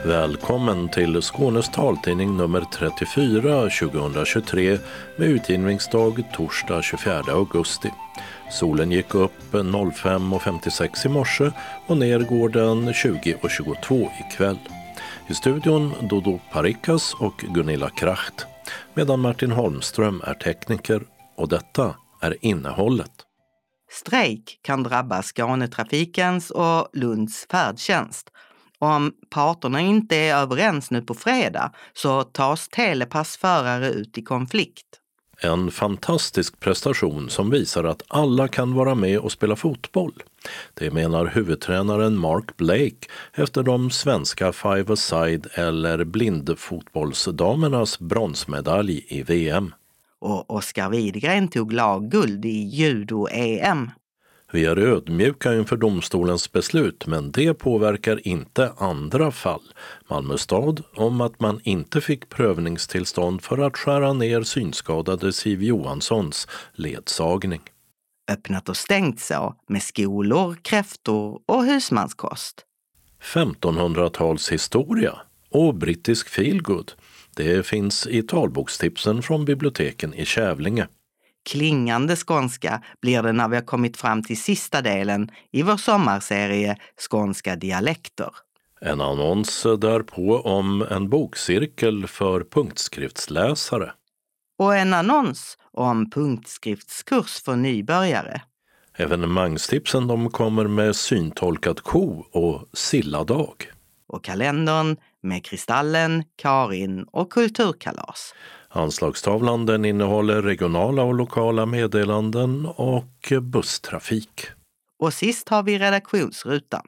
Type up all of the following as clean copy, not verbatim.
Välkommen till Skånes taltidning nummer 34 2023 med utgivningsdag torsdag 24 augusti. Solen gick upp 05.56 i morse och ner går den 20.22 ikväll. I studion Dodo Parikas och Gunilla Kracht, medan Martin Holmström är tekniker, och detta är innehållet. Strejk kan drabba Skånetrafikens och Lunds färdtjänst. Om parterna inte är överens nu på fredag så tas telepassförare ut i konflikt. En fantastisk prestation som visar att alla kan vara med och spela fotboll. Det menar huvudtränaren Mark Blake efter de svenska five-a-side eller blindfotbollsdamernas bronsmedalj i VM. Och Oskar Widgren tog lagguld i judo-EM. Vi är ödmjuka inför domstolens beslut, men det påverkar inte andra fall. Malmö stad om att man inte fick prövningstillstånd för att skära ner synskadade Siv Johanssons ledsagning. Öppnat och stängt så med skolor, kräftor och husmanskost. 1500-tals historia och brittisk feelgood. Det finns i talbokstipsen från biblioteken i Kävlinge. Klingande skånska blir det när vi har kommit fram till sista delen i vår sommarserie Skånska dialekter. En annons därpå om en bokcirkel för punktskriftsläsare. Och en annons om punktskriftskurs för nybörjare. Evenemangstipsen de kommer med syntolkad ko och silladag. Och kalendern med Kristallen, Karin och kulturkalas. Anslagstavlan den innehåller regionala och lokala meddelanden och busstrafik. Och sist har vi redaktionsrutan.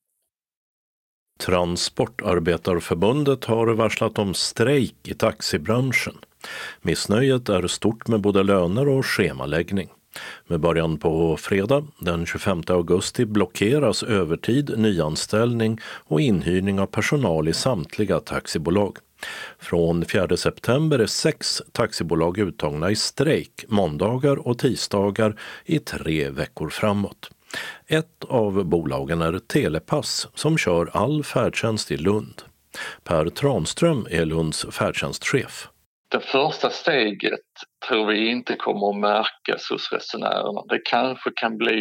Transportarbetarförbundet har varslat om strejk i taxibranschen. Missnöjet är stort med både löner och schemaläggning. Med början på fredag, den 25 augusti, blockeras övertid, nyanställning och inhyrning av personal i samtliga taxibolag. Från 4 september är 6 taxibolag uttagna i strejk måndagar och tisdagar i 3 veckor framåt. Ett av bolagen är Telepass som kör all färdtjänst i Lund. Per Tranström är Lunds färdtjänstchef. Det första steget tror vi inte kommer att märkas hos resenärerna. Det kanske kan bli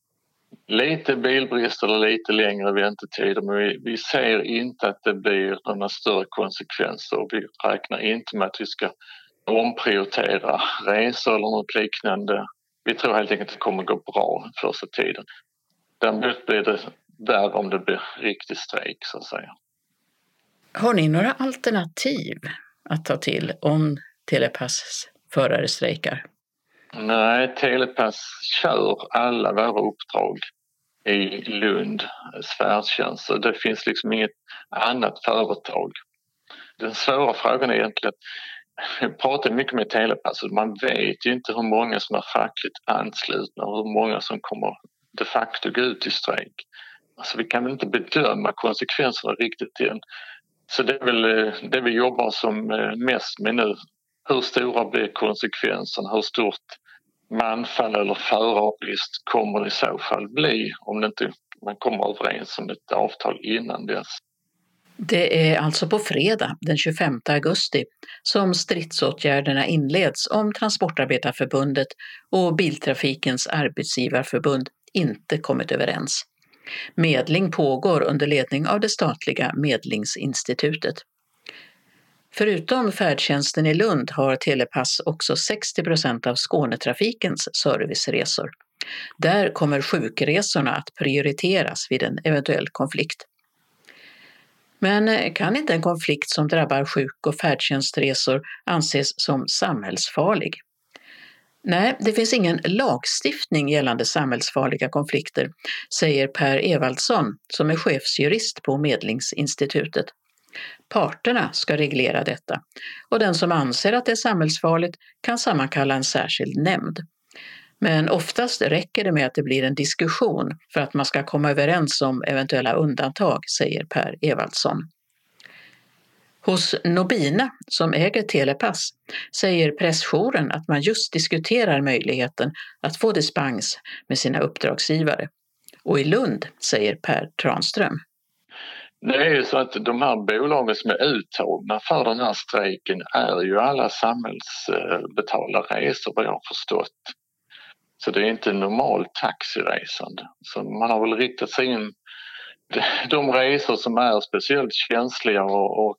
lite bilbrist eller lite längre väntetider, men vi ser inte att det blir några större konsekvenser. Vi räknar inte med att vi ska omprioritera resor eller något liknande. Vi tror helt enkelt att det kommer att gå bra första tiden. Däremot blir det värre om det blir riktig strejk, så att säga. Har ni några alternativ att ta till om Telepass-förare strejkar? Nej, Telepass kör alla våra uppdrag i Lund färdtjänst. Det finns liksom inget annat företag. Den svåra frågan är egentligen att jag pratar mycket med Telepass och man vet ju inte hur många som är fackligt anslutna och hur många som kommer de facto gå ut i strejk. Alltså vi kan inte bedöma konsekvenserna riktigt än. Så det är väl det vi jobbar som mest med nu. Hur stora blir konsekvenserna? Hur stort manfall eller förarbrist kommer det i så fall bli om det inte man kommer överens om ett avtal innan dess? Det är alltså på fredag den 25 augusti som stridsåtgärderna inleds om Transportarbetarförbundet och Biltrafikens arbetsgivarförbund inte kommit överens. Medling pågår under ledning av det statliga medlingsinstitutet. Förutom färdtjänsten i Lund har Telepass också 60% av Skånetrafikens serviceresor. Där kommer sjukresorna att prioriteras vid en eventuell konflikt. Men kan inte en konflikt som drabbar sjuk- och färdtjänstresor anses som samhällsfarlig? Nej, det finns ingen lagstiftning gällande samhällsfarliga konflikter, säger Per Evaldsson som är chefsjurist på Medlingsinstitutet. Parterna ska reglera detta och den som anser att det är samhällsfarligt kan sammankalla en särskild nämnd. Men oftast räcker det med att det blir en diskussion för att man ska komma överens om eventuella undantag, säger Per Evaldsson. Hos Nobina, som äger Telepass, säger pressjouren att man just diskuterar möjligheten att få dispens med sina uppdragsgivare. Och i Lund, säger Per Tranström. Det är ju så att de här bolagen som är uttagna för den här strejken är ju alla samhällsbetalda resor, vad jag har förstått. Så det är inte normalt taxiresande. Så man har väl riktat sig in de resor som är speciellt känsliga och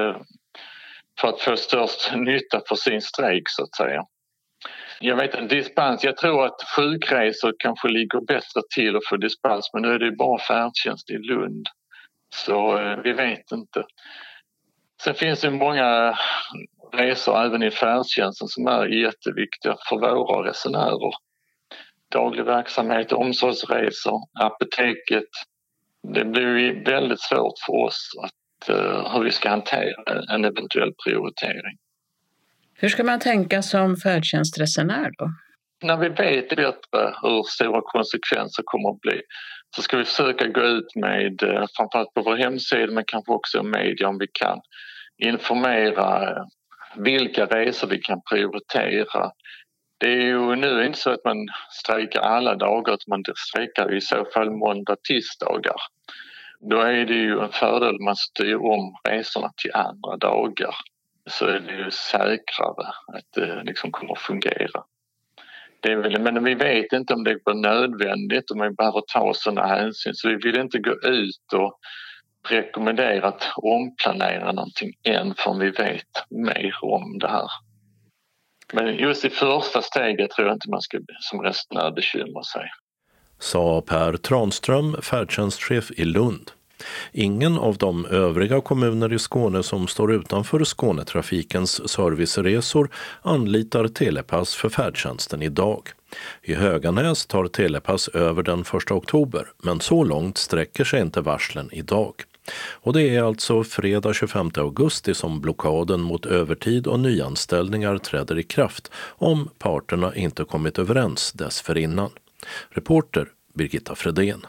för att få störst nytta för sin strejk så att säga. Jag vet en dispens, jag tror att sjukresor kanske ligger bättre till att få dispens, men nu är det bara färdtjänst i Lund. Så vi vet inte. Sen finns det många resor även i färdtjänsten som är jätteviktiga för våra resenärer. Daglig verksamhet, omsorgsresor, apoteket. Det blir väldigt svårt för oss hur vi ska hantera en eventuell prioritering. Hur ska man tänka som färdtjänstresenär då? När vi vet bättre hur stora konsekvenser kommer att bli så ska vi försöka gå ut med, framförallt på vår hemsida men kanske också i media om vi kan, informera vilka resor vi kan prioritera. Det är ju nu inte så att man strejkar alla dagar utan man strejkar i så fall måndag, tisdagar. Då är det ju en fördel att man styr om resorna till andra dagar. Så är det ju säkrare att det liksom kommer att fungera. Det är väl, men vi vet inte om det blir nödvändigt om vi behöver ta sådana hänsyn. Så vi vill inte gå ut och rekommendera att omplanera någonting än förrän vi vet mer om det här. Men just i första steget tror jag inte man ska som resenär bekymra sig. Sa Per Tranström, färdtjänstchef i Lund. Ingen av de övriga kommuner i Skåne som står utanför Skånetrafikens serviceresor anlitar Telepass för färdtjänsten idag. I Höganäs tar Telepass över den 1 oktober, men så långt sträcker sig inte varslen idag. Och det är alltså fredag 25 augusti som blockaden mot övertid och nyanställningar träder i kraft om parterna inte kommit överens dessförinnan. Reporter Birgitta Fredén.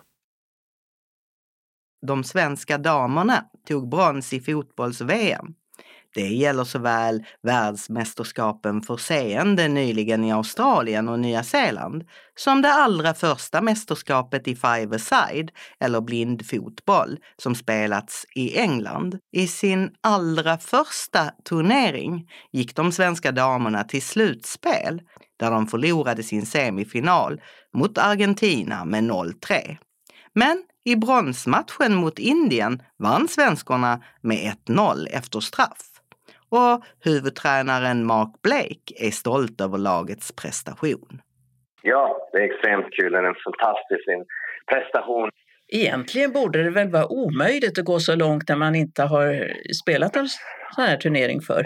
De svenska damerna tog brons i fotbolls-VM. Det gäller såväl världsmästerskapen för seende nyligen i Australien och Nya Zeeland som det allra första mästerskapet i five-a-side eller blindfotboll som spelats i England. I sin allra första turnering gick de svenska damerna till slutspel där de förlorade sin semifinal mot Argentina med 0-3. Men i bronsmatchen mot Indien vann svenskorna med 1-0 efter straff. Och huvudtränaren Mark Blake är stolt över lagets prestation. Ja, det är extremt kul. Det är en fantastisk prestation. Egentligen borde det väl vara omöjligt att gå så långt när man inte har spelat en sån här turnering för.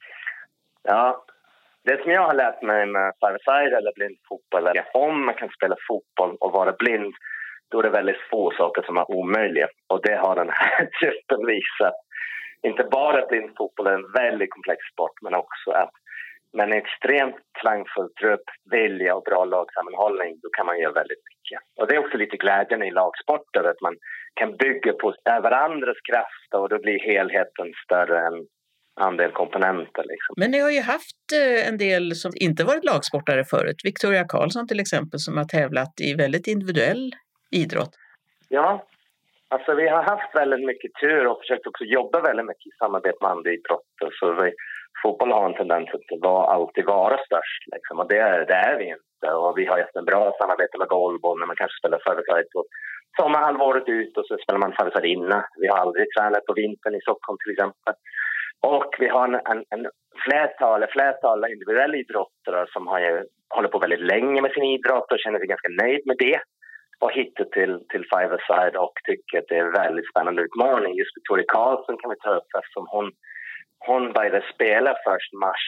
Ja, det som jag har lärt mig med five-a-side eller blindfotboll är att om man kan spela fotboll och vara blind, då är det väldigt få saker som är omöjliga. Och det har den här truppen visat. Inte bara att blindfotboll är en väldigt komplex sport, men också att med en extremt klangfull trupp, vilja och bra lagsammanhållning, då kan man göra väldigt mycket. Och det är också lite glädjen i lagsporter, att man kan bygga på varandras kraft och då blir helheten större än andel komponenter. Liksom. Men ni har ju haft en del som inte varit lagsportare förut. Victoria Karlsson till exempel som har tävlat i väldigt individuell idrott. Ja, alltså vi har haft väldigt mycket tur och försökt också jobba väldigt mycket i samarbete med andra idrotter. Så fotboll har en tendens att alltid vara störst. Liksom. Och det är vi inte. Och vi har haft en bra samarbete med goalboll när man kanske spelar five-a-side på sommarhalvåret ut och så spelar man five-a-side innan. Vi har aldrig tränat på vintern i Stockholm till exempel. Och vi har en flertal individuella idrottare som håller på väldigt länge med sin idrott och känner sig ganska nöjd med det. Och hittat till five-a-side och tycker att det är en väldigt spännande utmaning. Just Victoria Karlsson kan vi ta upp eftersom hon började spela först mars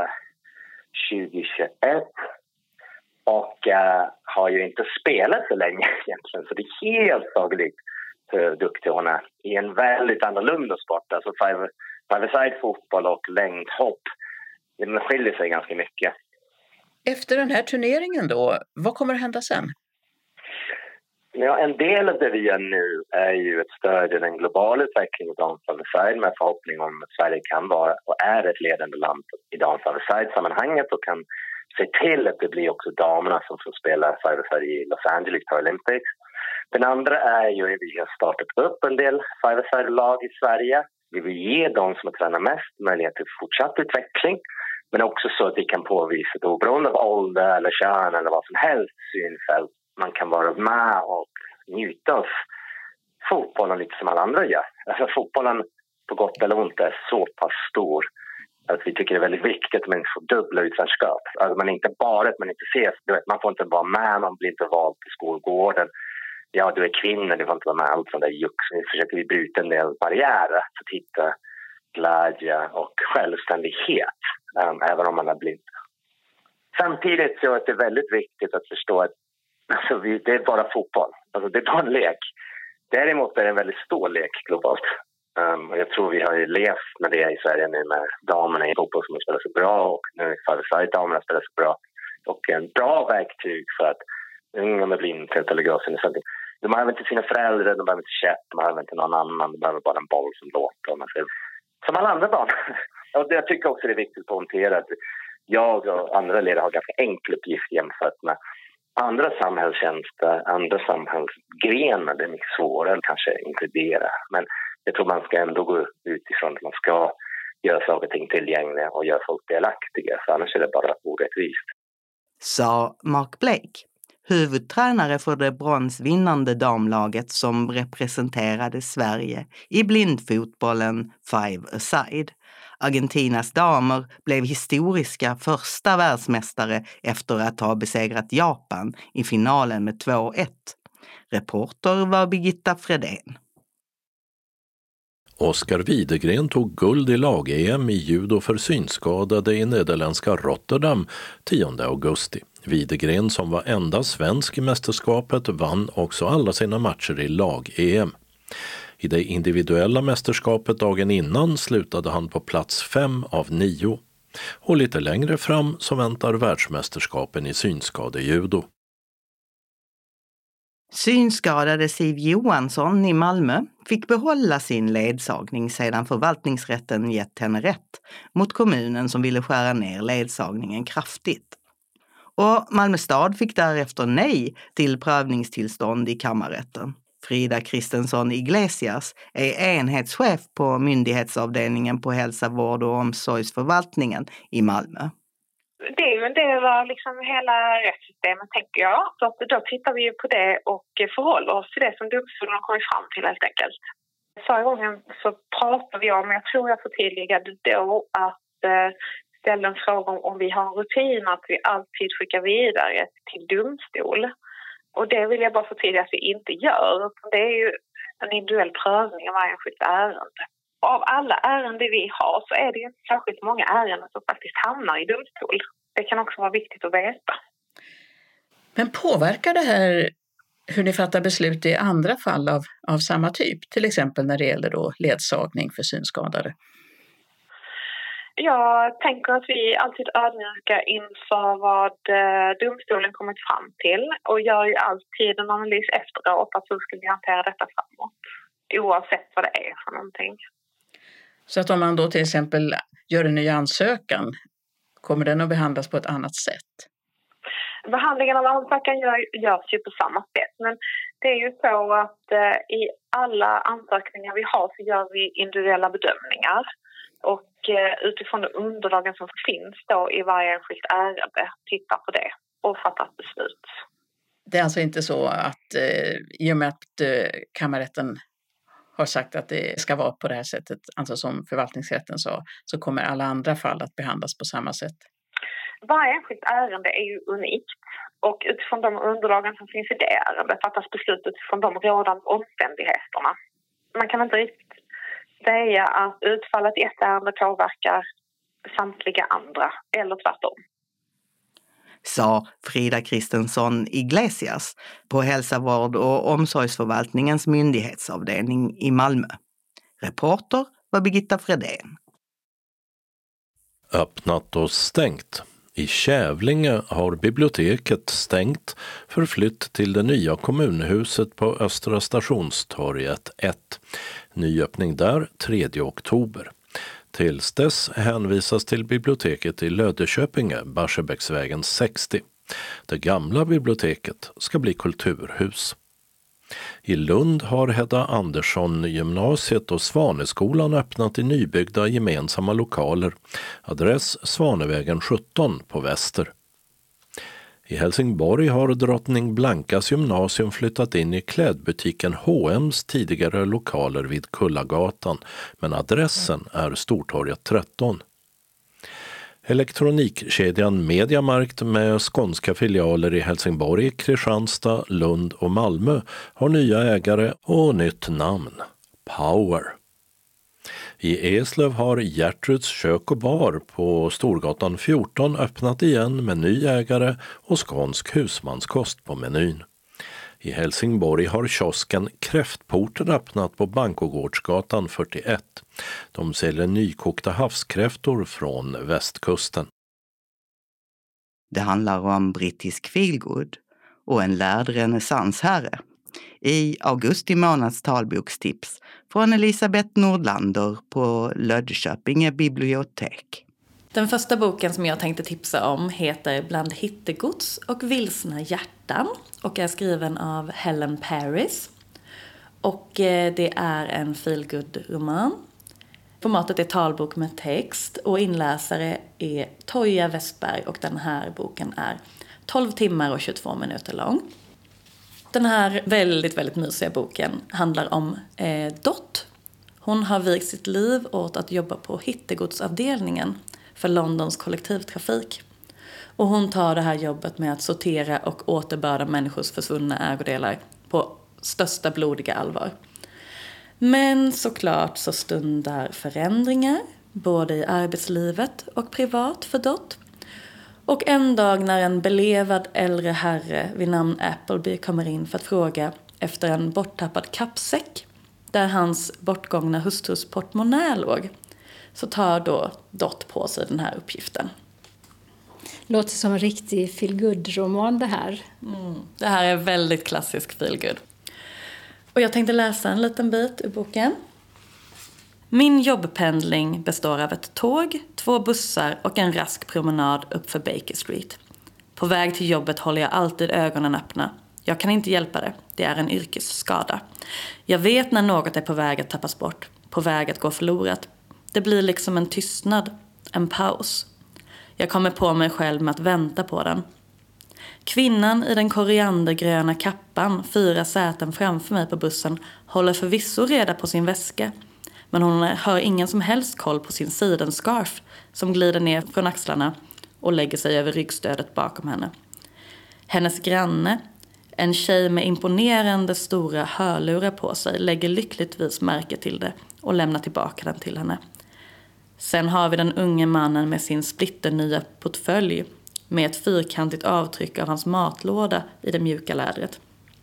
2021 och har ju inte spelat så länge egentligen. Så det är helt sagolikt hur duktig hon är i en väldigt annorlunda sport. Alltså five-a-side fotboll och längdhopp, det skiljer sig ganska mycket. Efter den här turneringen då, vad kommer att hända sen? Ja, en del av det vi gör nu är ju ett stöd i den globala utvecklingen av five-a-side med förhoppning om att Sverige kan vara och är ett ledande land i five-a-side-sammanhanget och kan se till att det blir också damerna som får spela five-a-side i Los Angeles Paralympics. Den andra är ju att vi har startat upp en del five-a-side-lag i Sverige. Vi vill ge de som tränar mest möjlighet till fortsatt utveckling. Men också så att vi kan påvisa att oberoende av ålder eller kön eller vad som helst synfält. Man kan vara med och njuta av fotbollen lite som alla andra gör. Alltså fotbollen på gott eller ont är så pass stor att vi tycker det är väldigt viktigt att man inte får dubbla utanförskap. Alltså man inte bara att man inte ses, man får inte vara med, man blir inte vald till skolgården. Ja, du är kvinna, du får inte vara med, allt sånt där jux. Nu försöker vi bryta en del barriärer för att hitta glädje och självständighet, även om man är blind. Samtidigt så är det väldigt viktigt att förstå att alltså, det är bara fotboll. Alltså, det är bara en lek. Däremot är det en väldigt stor lek globalt. Och jag tror vi har ju levt med det i Sverige nu med damerna i fotboll som spelar så bra och nu för damerna spelar så bra. Och en bra verktyg för att unga med blindhet eller gravsynnesfälting. De behöver inte sina föräldrar, de behöver inte käpp, de behöver inte någon annan, de behöver bara en boll som låter. Som alla andra barn. Och jag tycker också det är viktigt att poängtera att jag och andra ledare har ganska enkel uppgift jämfört med andra samhällstjänster, andra samhällsgrenar. Det är mycket svårare att kanske inkludera. Men jag tror man ska ändå gå utifrån att man ska göra saker och ting tillgängliga och göra folk delaktiga. För annars är det bara orättvist. Sa Mark Blake, huvudtränare för det bronsvinnande damlaget som representerade Sverige i blindfotbollen five-a-side. Argentinas damer blev historiska första världsmästare efter att ha besegrat Japan i finalen med 2-1. Reporter var Birgitta Fredén. Oskar Widegren tog guld i lag-EM i judo för synskadade i nederländska Rotterdam 10 augusti. Widegren, som var enda svensk i mästerskapet, vann också alla sina matcher i lag-EM. I det individuella mästerskapet dagen innan slutade han på plats 5 av 9. Och lite längre fram så väntar världsmästerskapen i synskadejudo. Synskadade Siv Johansson i Malmö fick behålla sin ledsagning sedan förvaltningsrätten gett henne rätt mot kommunen som ville skära ner ledsagningen kraftigt. Och Malmö stad fick därefter nej till prövningstillstånd i kammarrätten. Frida Kristensson Iglesias är enhetschef på myndighetsavdelningen på hälsa, vård och omsorgsförvaltningen i Malmö. Det är ju en del av liksom hela rättssystemet, tänker jag. Så att då tittar vi på det och förhåller oss till det som domstolen har kommit fram till helt enkelt. Förra gången så pratade vi om, jag tror jag förtydligade då, att ställa en fråga om vi har en rutin att vi alltid skickar vidare till domstol. Och det vill jag bara förtydliga att vi inte gör. Det är ju en individuell prövning av varje enskilt ärende. Av alla ärenden vi har så är det ju inte särskilt många ärenden som faktiskt hamnar i domstol. Det kan också vara viktigt att veta. Men påverkar det här hur ni fattar beslut i andra fall av samma typ? Till exempel när det gäller då ledsagning för synskadade? Jag tänker att vi alltid ödmjuka inför vad domstolen kommit fram till och gör ju alltid en analys efteråt att hur ska vi hantera detta framåt. Oavsett vad det är för någonting. Så att om man då till exempel gör en ny ansökan, kommer den att behandlas på ett annat sätt? Behandlingen av ansökan görs ju på samma sätt. Men det är ju så att i alla ansökningar vi har så gör vi individuella bedömningar. Och utifrån de underlagen som finns då i varje enskilt ärende titta på det och fatta ett beslut. Det är alltså inte så att i och med att kammarrätten har sagt att det ska vara på det här sättet, alltså som förvaltningsrätten sa, så kommer alla andra fall att behandlas på samma sätt? Varje enskilt ärende är ju unikt och utifrån de underlagen som finns i det ärendet fattas beslutet utifrån de rådande omständigheterna. Man kan inte riktigt säga att utfallet i ett ärende påverkar samtliga andra eller tvärtom. Sa Frida Kristensson Iglesias på hälsa, vård och omsorgsförvaltningens myndighetsavdelning i Malmö. Reporter var Birgitta Fredén. Öppnat och stängt. I Kävlinge har biblioteket stängt för flytt till det nya kommunhuset på Östra Stationstorget 1. Nyöppning där 3 oktober. Tills dess hänvisas till biblioteket i Löddeköpinge, Barsebäcksvägen 60. Det gamla biblioteket ska bli kulturhus. I Lund har Hedda Andersson-gymnasiet och Svaneskolan öppnat i nybyggda gemensamma lokaler. Adress Svanevägen 17 på Väster. I Helsingborg har Drottning Blankas gymnasium flyttat in i klädbutiken H&M's tidigare lokaler vid Kullagatan, men adressen är Stortorget 13. Elektronikkedjan Mediamarkt med skånska filialer i Helsingborg, Kristianstad, Lund och Malmö har nya ägare och nytt namn, Power. I Eslöv har Gertruds kök och bar på Storgatan 14 öppnat igen med ny ägare och skånsk husmanskost på menyn. I Helsingborg har kiosken Kräftporten öppnat på Bankogårdsgatan 41. De säljer nykokta havskräftor från västkusten. Det handlar om brittisk feelgood och en lärd renässansherre. I augusti månads talbokstips från Elisabeth Nordlander på Löddeköpinge bibliotek. Den första boken som jag tänkte tipsa om heter Bland hittegods och vilsna hjärtan och är skriven av Helen Paris. Och det är en feelgood-roman. Formatet är talbok med text och inläsare är Toja Westberg och den här boken är 12 timmar och 22 minuter lång. Den här väldigt, väldigt mysiga boken handlar om Dot. Hon har vikt sitt liv åt att jobba på hittegodsavdelningen för Londons kollektivtrafik. Och hon tar det här jobbet med att sortera och återbörda människors försvunna ägodelar på största blodiga allvar. Men såklart så stundar förändringar, både i arbetslivet och privat för Dot. Och en dag när en belevad äldre herre vid namn Appleby kommer in för att fråga efter en borttappad kappsäck där hans bortgångna hustrus portmonnä låg, så tar då Dot på sig den här uppgiften. Låter som en riktig feelgood-roman det här. Det här är väldigt klassisk feelgood. Och jag tänkte läsa en liten bit ur boken. Min jobbpendling består av ett tåg, 2 bussar och en rask promenad uppför Baker Street. På väg till jobbet håller jag alltid ögonen öppna. Jag kan inte hjälpa det. Det är en yrkesskada. Jag vet när något är på väg att tappas bort. På väg att gå förlorat. Det blir liksom en tystnad. En paus. Jag kommer på mig själv med att vänta på den. Kvinnan i den koriandergröna kappan 4 säten framför mig på bussen håller förvisso reda på sin väska. Men hon har ingen som helst koll på sin sidenscarf som glider ner från axlarna och lägger sig över ryggstödet bakom henne. Hennes granne, en tjej med imponerande stora hörlurar på sig, lägger lyckligtvis märke till det och lämnar tillbaka den till henne. Sen har vi den unge mannen med sin splitternya portfölj med ett fyrkantigt avtryck av hans matlåda i det mjuka lädret.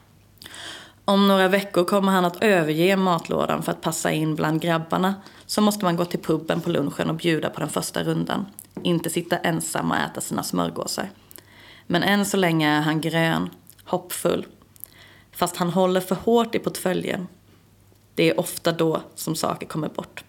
Om några veckor kommer han att överge matlådan för att passa in bland grabbarna, så måste man gå till puben på lunchen och bjuda på den första rundan. Inte sitta ensam och äta sina smörgåsar. Men än så länge är han grön, hoppfull. Fast han håller för hårt i portföljen. Det är ofta då som saker kommer bort.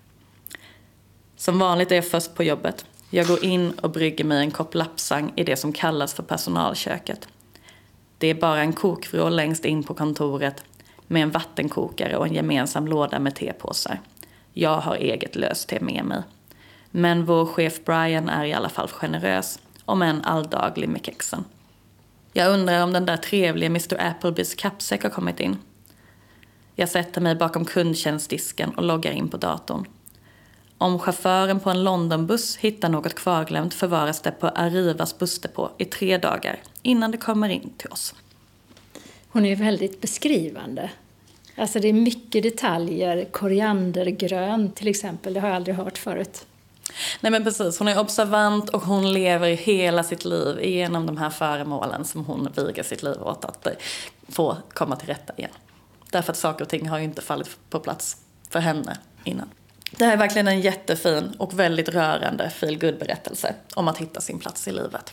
Som vanligt är jag först på jobbet. Jag går in och brygger mig en kopp lapsang i det som kallas för personalköket. Det är bara en kokvrå längst in på kontoret med en vattenkokare och en gemensam låda med tepåsar. Jag har eget löste med mig. Men vår chef Brian är i alla fall generös, om en alldaglig med kexen. Jag undrar om den där trevliga Mr. Applebys kappsäck har kommit in. Jag sätter mig bakom kundtjänstdisken och loggar in på datorn. Om chauffören på en Londonbuss hittar något kvarglömt förvaras det på Arrivas bussdepå i 3 dagar innan det kommer in till oss. Hon är väldigt beskrivande. Alltså det är mycket detaljer, koriandergrön till exempel, det har jag aldrig hört förut. Nej men precis, hon är observant och hon lever hela sitt liv igenom de här föremålen som hon viger sitt liv åt att få komma till rätta igen. Därför att saker och ting har ju inte fallit på plats för henne innan. Det här är verkligen en jättefin och väldigt rörande feel-good-berättelse om att hitta sin plats i livet.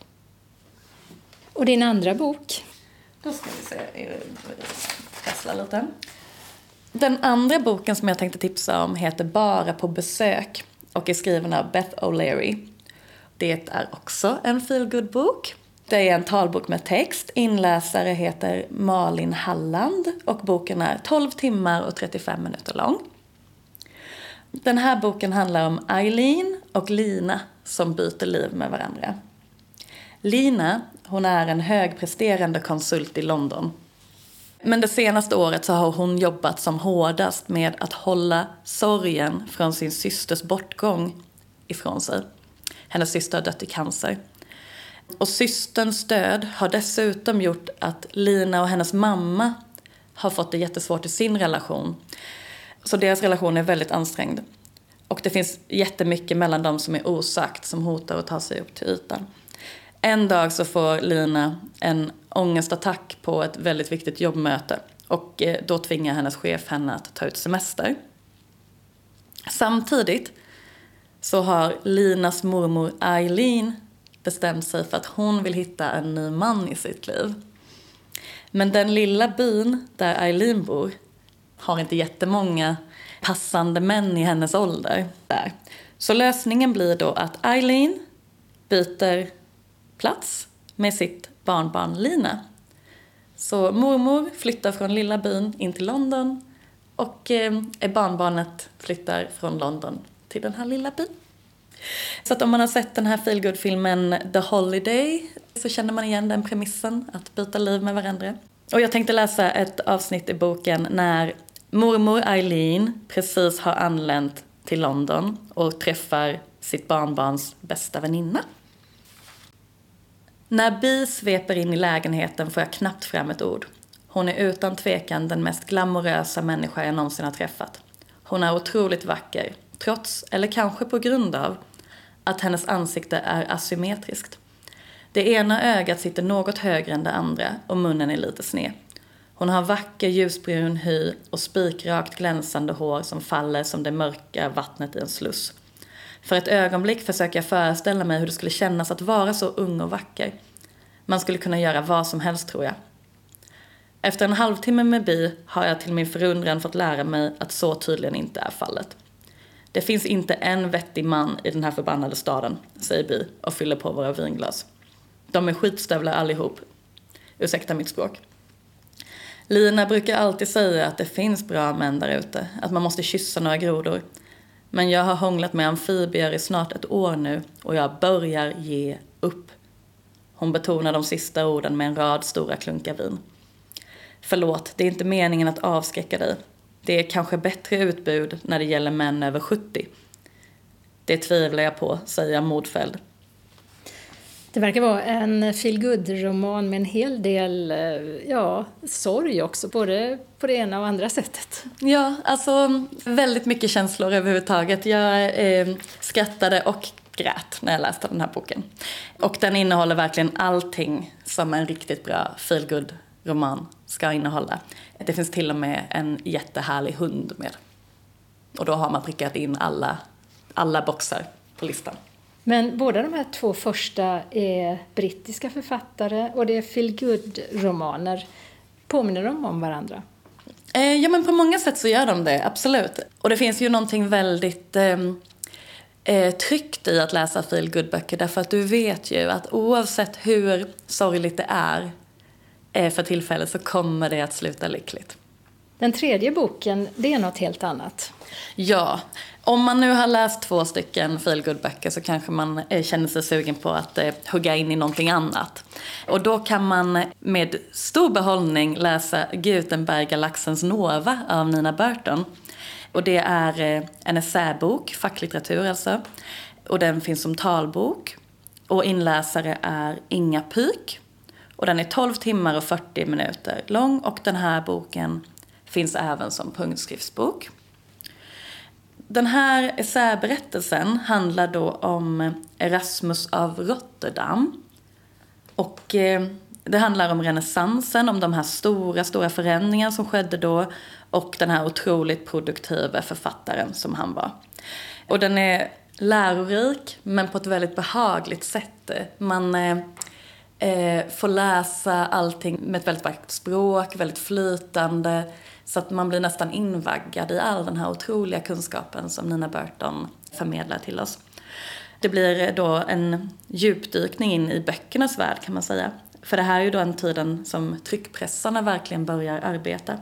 Och din andra bok? Då ska vi se, prassla lite. Den andra boken som jag tänkte tipsa om heter Bara på besök och är skriven av Beth O'Leary. Det är också en feel-good-bok. Det är en talbok med text. Inläsare heter Malin Halland och boken är 12 timmar och 35 minuter lång. Den här boken handlar om Eileen och Lina som byter liv med varandra. Lina, hon är en högpresterande konsult i London. Men det senaste året så har hon jobbat som hårdast med att hålla sorgen från sin systers bortgång ifrån sig. Hennes syster har dött i cancer. Och systerns död har dessutom gjort att Lina och hennes mamma har fått det jättesvårt i sin relation. Så deras relation är väldigt ansträngd. Och det finns jättemycket mellan dem som är osagt, som hotar att ta sig upp till ytan. En dag så får Lina en ångestattack på ett väldigt viktigt jobbmöte. Och då tvingar hennes chef henne att ta ut semester. Samtidigt så har Linas mormor Eileen bestämt sig för att hon vill hitta en ny man i sitt liv. Men den lilla byn där Eileen bor har inte jättemånga passande män i hennes ålder där. Så lösningen blir då att Eileen byter plats med sitt barnbarn Lina. Så mormor flyttar från lilla byn in till London och barnbarnet flyttar från London till den här lilla byn. Så att om man har sett den här feelgood-filmen The Holiday så känner man igen den premissen, att byta liv med varandra. Och jag tänkte läsa ett avsnitt i boken när mormor Eileen precis har anlänt till London och träffar sitt barnbarns bästa väninna. När Bi sveper in i lägenheten får jag knappt fram ett ord. Hon är utan tvekan den mest glamorösa människa jag någonsin har träffat. Hon är otroligt vacker, trots, eller kanske på grund av, att hennes ansikte är asymmetriskt. Det ena ögat sitter något högre än det andra och munnen är lite sned. Hon har vacker ljusbrun hy och spikrakt glänsande hår som faller som det mörka vattnet i en sluss. För ett ögonblick försöker jag föreställa mig hur det skulle kännas att vara så ung och vacker. Man skulle kunna göra vad som helst, tror jag. Efter en halvtimme med Bi har jag till min förundran fått lära mig att så tydligen inte är fallet. Det finns inte en vettig man i den här förbannade staden, säger Bi och fyller på våra vinglas. De är skitstövlar allihop. Ursäkta mitt språk. Lina brukar alltid säga att det finns bra män där ute, att man måste kyssa några grodor. Men jag har hånglat med amfibier i snart ett år nu och jag börjar ge upp. Hon betonar de sista orden med en rad stora klunkar vin. Förlåt, det är inte meningen att avskräcka dig. Det är kanske bättre utbud när det gäller män över 70. Det tvivlar jag på, säger jag modfälld. Det verkar vara en feel-good-roman med en hel del sorg också, både på det ena och andra sättet. Ja, alltså väldigt mycket känslor överhuvudtaget. Jag skrattade och grät när jag läste den här boken. Och den innehåller verkligen allting som en riktigt bra feel-good-roman ska innehålla. Det finns till och med en jättehärlig hund med. Och då har man prickat in alla boxar på listan. Men båda de här två första är brittiska författare och det är feel-good-romaner. Påminner de om varandra? Ja, men på många sätt så gör de det, absolut. Och det finns ju någonting väldigt tryggt i att läsa feel-good-böcker. Därför att du vet ju att oavsett hur sorgligt det är för tillfället så kommer det att sluta lyckligt. Den tredje boken, det är något helt annat. Ja, om man nu har läst 2 stycken feelgood-böcker så kanske man känner sig sugen på att hugga in i någonting annat. Och då kan man med stor behållning läsa Gutenberg-galaxens Nova av Nina Burton. Och det är en essäbok, facklitteratur alltså. Och den finns som talbok. Och inläsare är Inga Pyk. Och den är 12 timmar och 40 minuter lång. Och den här boken finns även som punktskriftsbok. Den här essäberättelsen handlar då om Erasmus av Rotterdam. Och det handlar om renässansen, om de här stora förändringarna som skedde då. Och den här otroligt produktiva författaren som han var. Och den är lärorik men på ett väldigt behagligt sätt. Man får läsa allting med ett väldigt vackert språk, väldigt flytande. Så att man blir nästan invaggad i all den här otroliga kunskapen som Nina Burton förmedlar till oss. Det blir då en djupdykning in i böckernas värld kan man säga. För det här är ju då en tiden som tryckpressarna verkligen börjar arbeta.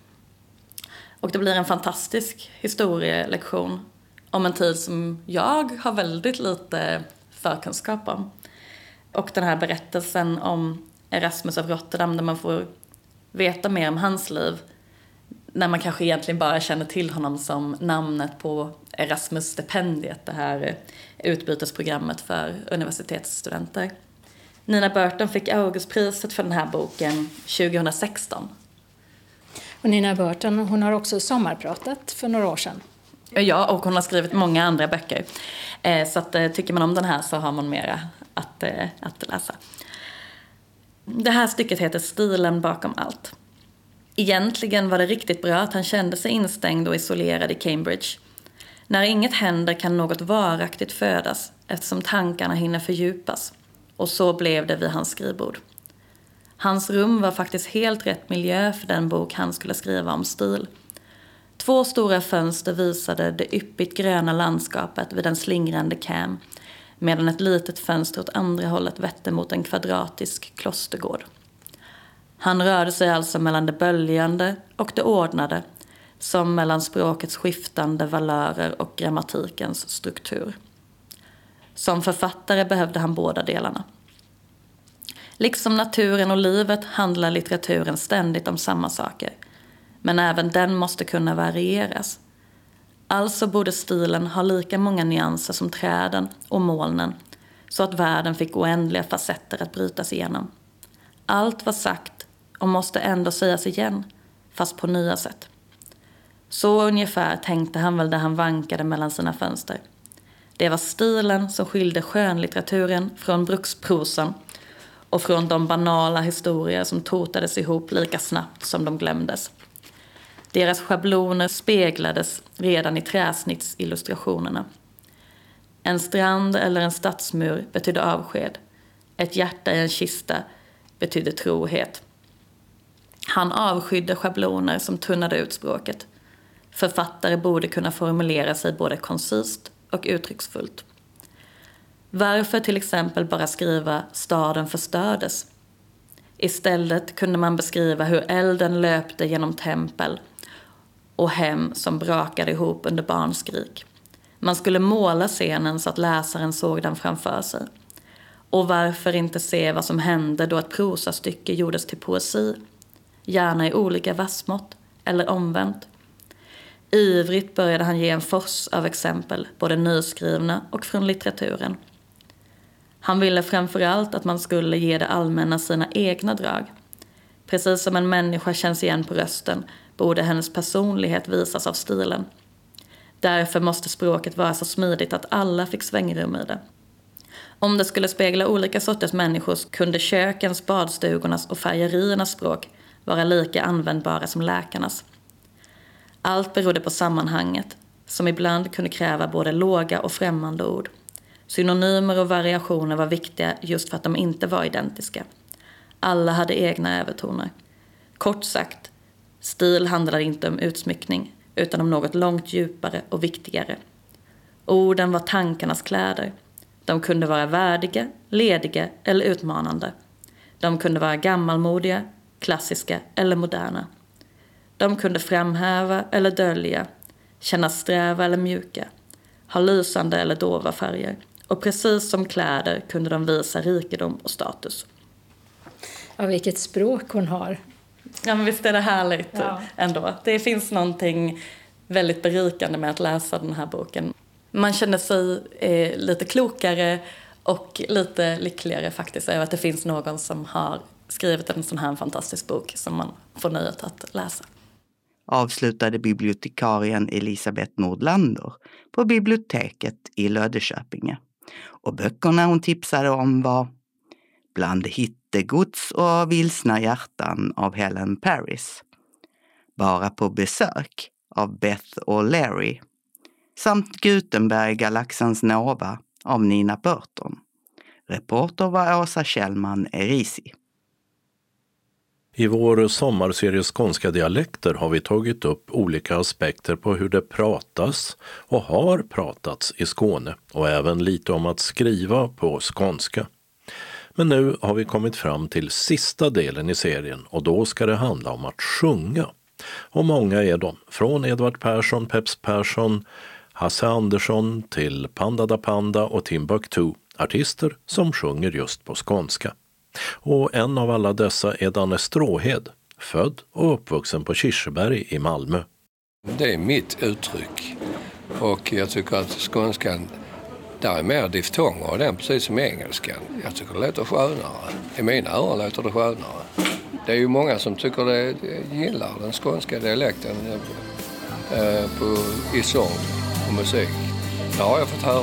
Och det blir en fantastisk historielektion om en tid som jag har väldigt lite förkunskap om. Och den här berättelsen om Erasmus av Rotterdam där man får veta mer om hans liv när man kanske egentligen bara känner till honom som namnet på Erasmus-stipendiet, det här utbytesprogrammet för universitetsstudenter. Nina Burton fick Augustpriset för den här boken 2016. Och Nina Burton, hon har också sommarpratat för några år sedan. Ja, och hon har skrivit många andra böcker. Så att, tycker man om den här så har man mera att läsa. Det här stycket heter Stilen bakom allt. Egentligen var det riktigt bra att han kände sig instängd och isolerad i Cambridge. När inget händer kan något varaktigt födas eftersom tankarna hinner fördjupas. Och så blev det vid hans skrivbord. Hans rum var faktiskt helt rätt miljö för den bok han skulle skriva om stil. 2 stora fönster visade det yppigt gröna landskapet vid en slingrande cam, medan ett litet fönster åt andra hållet vette mot en kvadratisk klostergård. Han rörde sig alltså mellan det böljande och det ordnade, som mellan språkets skiftande valörer och grammatikens struktur. Som författare behövde han båda delarna. Liksom naturen och livet handlar litteraturen ständigt om samma saker. Men även den måste kunna varieras. Alltså borde stilen ha lika många nyanser som träden och molnen, så att världen fick oändliga facetter att brytas igenom. Allt var sagt och måste ändå sägas igen, fast på nya sätt. Så ungefär tänkte han väl där han vankade mellan sina fönster. Det var stilen som skilde skönlitteraturen från bruksprosan och från de banala historier som totades ihop lika snabbt som de glömdes. Deras schabloner speglades redan i träsnittsillustrationerna. En strand eller en stadsmur betydde avsked. Ett hjärta i en kista betydde trohet. Han avskydde schabloner som tunnade ut språket. Författare borde kunna formulera sig både koncist och uttrycksfullt. Varför till exempel bara skriva staden förstördes? Istället kunde man beskriva hur elden löpte genom tempel och hem som brakade ihop under barnskrik. Man skulle måla scenen så att läsaren såg den framför sig. Och varför inte se vad som hände då ett prosastycke gjordes till poesi? Gärna i olika vassmått eller omvänt. Ivrigt började han ge en fors av exempel, både nyskrivna och från litteraturen. Han ville framförallt att man skulle ge det allmänna sina egna drag. Precis som en människa känns igen på rösten borde hennes personlighet visas av stilen. Därför måste språket vara så smidigt att alla fick svängrum i det. Om det skulle spegla olika sorters människor kunde kökens, badstugornas och färgeriernas språk vara lika användbara som läkarnas. Allt berodde på sammanhanget, som ibland kunde kräva både låga och främmande ord. Synonymer och variationer var viktiga just för att de inte var identiska. Alla hade egna övertoner. Kort sagt, stil handlade inte om utsmyckning utan om något långt djupare och viktigare. Orden var tankarnas kläder. De kunde vara värdiga, lediga eller utmanande. De kunde vara gammalmodiga, klassiska eller moderna. De kunde framhäva eller dölja, kännas sträva eller mjuka, ha lysande eller dova färger. Och precis som kläder kunde de visa rikedom och status. Ja, vilket språk hon har. Ja, men visst är det härligt ändå. Det finns någonting väldigt berikande med att läsa den här boken. Man känner sig lite klokare och lite lyckligare faktiskt över att det finns någon som har skrivit en sån här fantastisk bok som man får nöjet att läsa. Avslutade bibliotekarien Elisabeth Nordlander på biblioteket i Löddeköpinge. Och böckerna hon tipsade om var Bland hittegods och vilsna hjärtan av Helen Paris, Bara på besök av Beth O'Leary samt Gutenberg-galaxens Nova av Nina Burton. Reporter var Åsa Kjellman Erisi. I vår sommarserie Skånska dialekter har vi tagit upp olika aspekter på hur det pratas och har pratats i Skåne och även lite om att skriva på skånska. Men nu har vi kommit fram till sista delen i serien och då ska det handla om att sjunga. Och många är de, från Edvard Persson, Peps Persson, Hasse Andersson till Panda da Panda och Timbuktu, artister som sjunger just på skånska. Och en av alla dessa är Danne Stråhed, född och uppvuxen på Kirseberg i Malmö. Det är mitt uttryck och jag tycker att skånskan, där är mer diftonger och den precis som engelskan. Jag tycker det låter skönare. I mina öron låter det skönare. Det är ju många som tycker det gillar den skånska dialekten i sång och musik. Det har jag fått höra.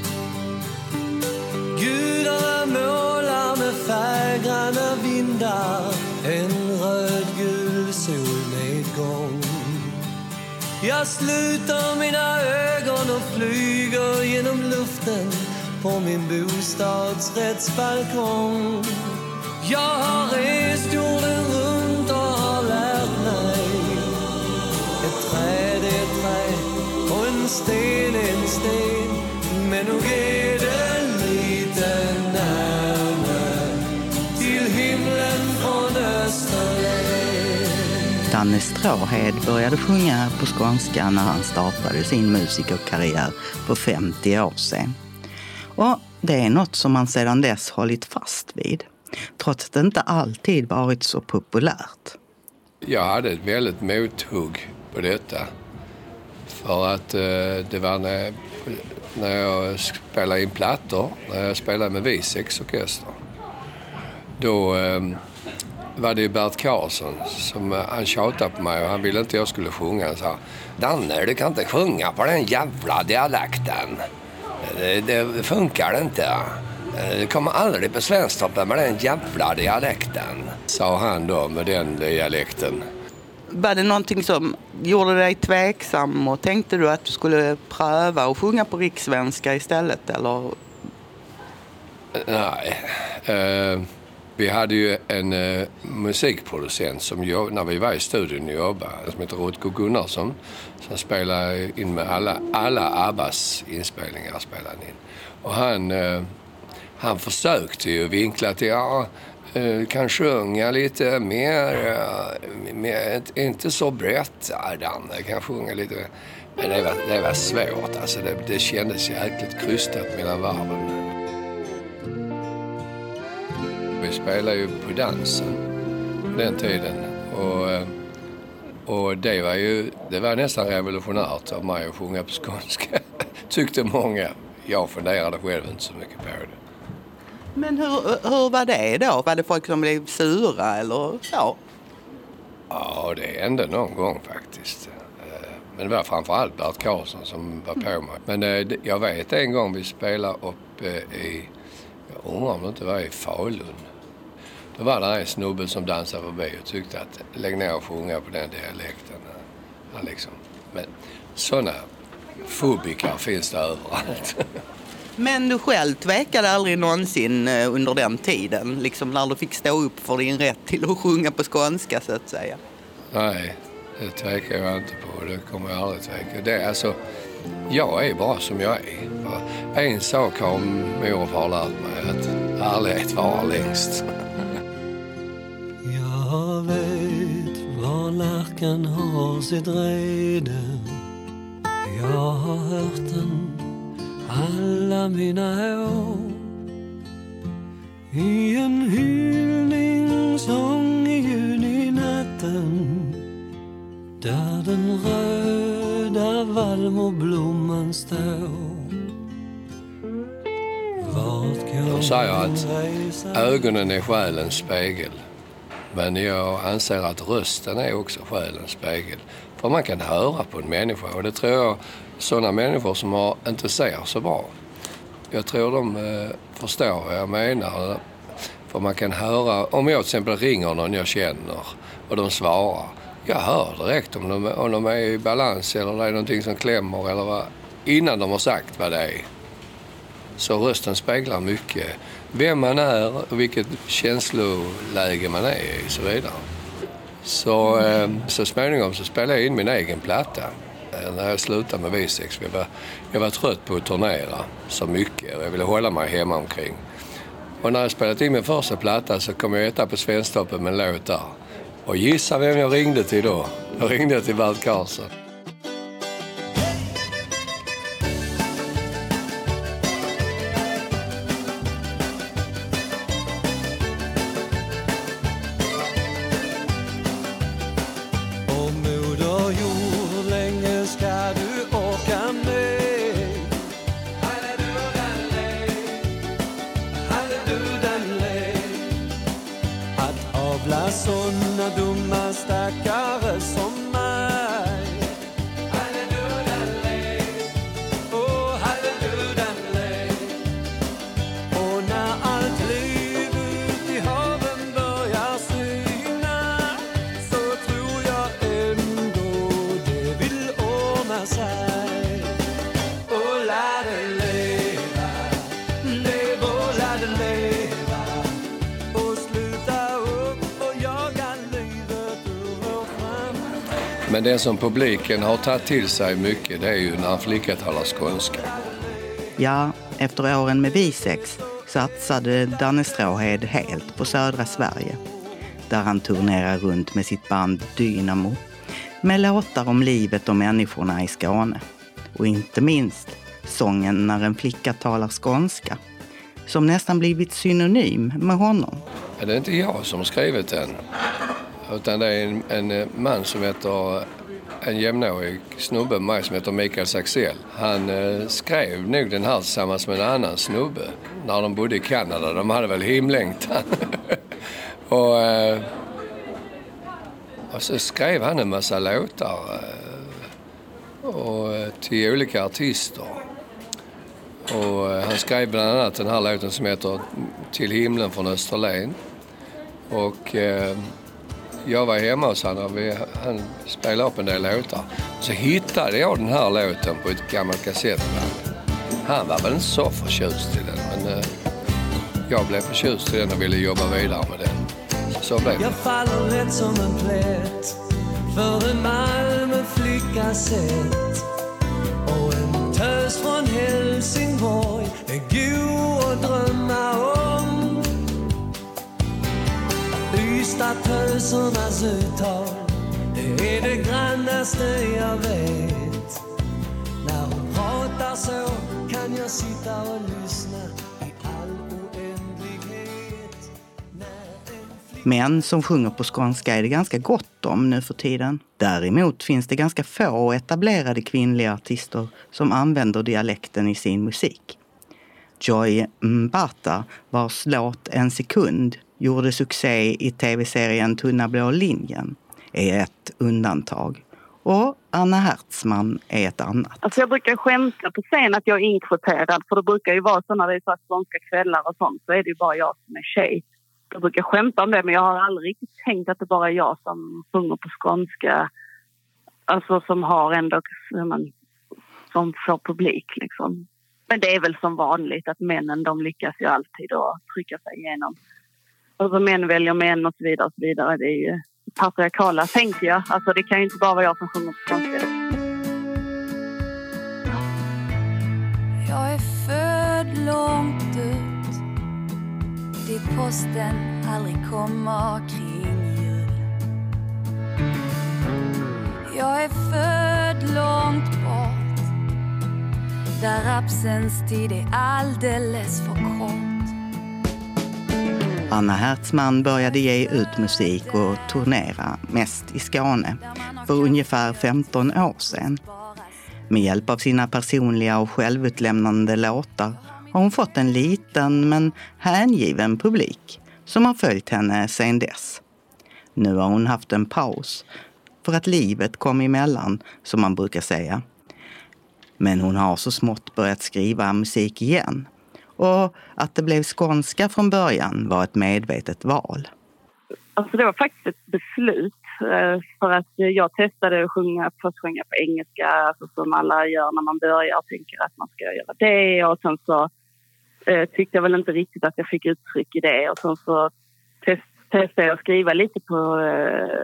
Gudarna målar med färggranna vindar en rödgul solnedgång. Jag sluter mina ögon och flyger genom luften på min bostadsrättsbalkong. Jag har rest jorden runt och har lärt mig. Ett träd är ett träd och en sten är en sten. Men nog är det lite närmare till himlen från Österlen. Danne Stråhed började sjunga på skånska när han startade sin musikerkarriär för 50 år sedan. Och det är något som han sedan dess hållit fast vid, trots att det inte alltid varit så populärt. Jag hade ett väldigt mothugg på detta. För att det var när jag spelade in plattor, när jag spelade med V6-orkester. Då var det Bert Karlsson som han tjatade på mig och han ville inte jag skulle sjunga. Han sa, Danne, du kan inte sjunga på den jävla dialekten. Det funkar inte. Det kommer aldrig på Svensktoppen med den jävla dialekten, sa han då med den dialekten. Var det någonting som gjorde dig tveksam och tänkte du att du skulle pröva och sjunga på rikssvenska istället, eller? Nej. Vi hade ju en musikproducent som när vi var i studion och jobbade, som heter Rutger Gunnarsson, som spelade in med alla Abbas inspelningar spelade in. Och han försökte ju vinkla till, kan sjunga lite mer inte så brett, Danne kan sjunga lite. Men det var svårt, alltså det kändes jäkligt krystat mellan varven. Vi spelade ju på dansen på den tiden och det var nästan revolutionärt av mig att sjunga på skånska, tyckte många. Jag funderade själv inte så mycket på det. Men hur var det då? Var det folk som blev sura eller så? Ja, det hände någon gång faktiskt. Men det var framförallt Bert Karlsson som var på mig. Men jag vet en gång vi spelade upp jag undrar om det inte var i Falun. Då var det en snubbe som dansade förbi och tyckte att lägg ner och sjunga på den dialekten. Men sådana fobikar finns det överallt. Men du själv tvekade aldrig någonsin under den tiden, liksom när du fick stå upp för din rätt till att sjunga på skånska så att säga? Nej, det tvekar jag inte på. Det kommer jag aldrig tveka. Det är alltså, jag är bara som jag är. En sak har mor och far lärt mig, att ärlighet varar längst. Jag vet var lärkan har sitt rede. Jag har hört den alla mina år. I en hyllningssång i juninatten, där den röda vallmoblomman står. De säger att ögonen är själens spegel. Men jag anser att rösten är också själens spegel. För man kan höra på en människa, och det tror jag sådana människor som inte ser så bra. Jag tror de förstår vad jag menar. För man kan höra, om jag till exempel ringer någon jag känner och de svarar. Jag hör direkt om de är i balans eller det är någonting som klämmer eller vad, innan de har sagt vad det är. Så rösten speglar mycket vem man är och vilket känsloläge man är i och så vidare. Så småningom så spelade jag in min egen platta när jag slutade med V6. Jag var trött på att turnera så mycket. Jag ville hålla mig hemma omkring. Och när jag spelat in min första platta så kom jag etta på Svensktoppen med en låt där. Och gissa vem jag ringde till då? Jag ringde till Bert Karlsson. Såna dumma stackare som mig. Halleluja, oh halleluja. Och när allt liv ut i haven börjar syna, så tror jag ändå det vill ordna sig. Och la det leva, lev och la det leva. Och sluta upp. Men det som publiken har tagit till sig mycket, det är ju när en flicka talar skånska. Ja, efter åren med V6 satsade Danne Stråhed helt på södra Sverige. Där han turnerar runt med sitt band Dynamo. Med låtar om livet och människorna i Skåne. Och inte minst sången När en flicka talar skånska. Som nästan blivit synonym med honom. Det är inte jag som har skrivit den. Utan det är en man som heter, en jämnårig snubbe med mig som heter Mikael Saxell. Han skrev nog den här tillsammans med en annan snubbe när de bodde i Kanada. De hade väl himlängtan. och så skrev han en massa låtar till olika artister. Och han skrev bland annat den här låten som heter Till himlen från Österlen. Och jag var hemma hos han spelade upp en del låtar. Så hittade jag den här låten på ett gammalt kassettband. Han var väl inte så förtjust i den, men jag blev förtjust i den och ville jobba vidare med den. Så blev det. Jag faller lätt som en plätt för en Malmöflicka sett. Och en tös från Helsingborg är god att drömma om. Ystad-tösernas uttal, det är det grannaste jag vet. När hon pratar så kan jag sitta och lyssna i all oändlighet. Men som sjunger på skånska är det ganska gott om nu för tiden. Däremot finns det ganska få etablerade kvinnliga artister som använder dialekten i sin musik. Joy Mbata, vars låt En sekund gjorde succé i tv-serien Tunna blå linjen, är ett undantag. Och Anna Hertzman är ett annat. Alltså jag brukar skämta på scen att jag är inkvoterad. För det brukar ju vara så när det är så skånska kvällar och sånt, så är det ju bara jag som är tjej. Jag brukar skämta om det, men jag har aldrig riktigt tänkt att det bara är jag som sjunger på skånska. Alltså som har ändå, som får publik liksom. Men det är väl som vanligt att männen, de lyckas ju alltid att trycka sig igenom. Alltså män väljer män och så vidare och så vidare. Det är ju patriarkala, tänker jag. Alltså det kan ju inte bara vara jag som sjunger på skånska. Jag är född långt ut, dit posten aldrig kommer kring jul. Jag är född långt bort, där rapsens tid är alldeles för kort. Anna Hertzman började ge ut musik och turnera mest i Skåne för ungefär 15 år sedan. Med hjälp av sina personliga och självutlämnande låtar har hon fått en liten men hängiven publik som har följt henne sedan dess. Nu har hon haft en paus för att livet kom emellan, som man brukar säga. Men hon har så smått börjat skriva musik igen. Och att det blev skånska från början var ett medvetet val. Alltså det var faktiskt ett beslut. För att jag testade att sjunga på engelska, alltså som alla gör när man börjar och tänker att man ska göra det. Och sen så tyckte jag väl inte riktigt att jag fick uttryck i det. Och sen så testade jag att skriva lite på